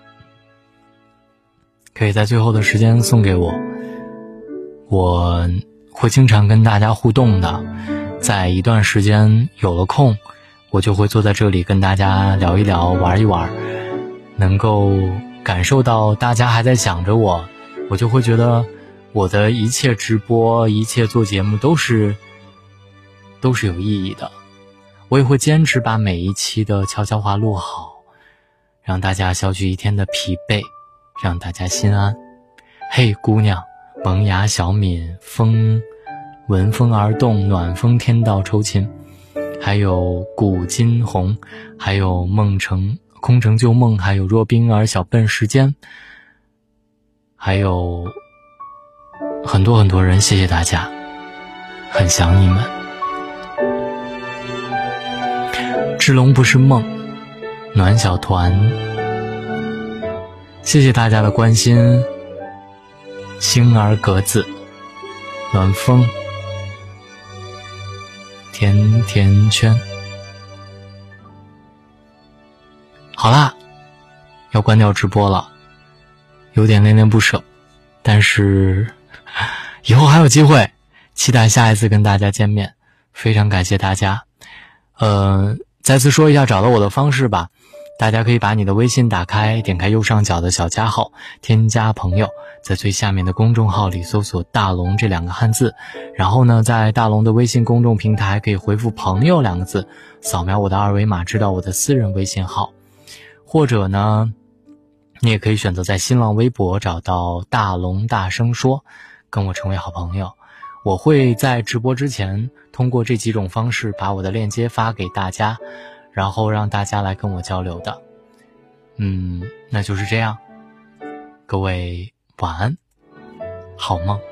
可以在最后的时间送给我，我会经常跟大家互动的，在一段时间有了空，我就会坐在这里跟大家聊一聊，玩一玩，能够感受到大家还在想着我，我就会觉得我的一切直播、一切做节目都是有意义的。我也会坚持把每一期的悄悄话录好，让大家消去一天的疲惫，让大家心安。嘿姑娘，萌芽小敏，风闻风而动，暖风天道抽琴，还有古今红，还有梦成空城旧梦，还有若冰儿小笨时间，还有很多很多人，谢谢大家，很想你们。之龙不是梦，暖小团，谢谢大家的关心。星儿格子，暖风，甜甜圈。好啦，要关掉直播了，有点恋恋不舍，但是以后还有机会，期待下一次跟大家见面，非常感谢大家。再次说一下找到我的方式吧，大家可以把你的微信打开，点开右上角的小加号，添加朋友，在最下面的公众号里搜索大龙这2个汉字，然后呢，在大龙的微信公众平台可以回复朋友2个字，扫描我的二维码知道我的私人微信号，或者呢，你也可以选择在新浪微博找到大龙大声说，跟我成为好朋友。我会在直播之前通过这几种方式把我的链接发给大家，然后让大家来跟我交流的。那就是这样，各位晚安，好梦。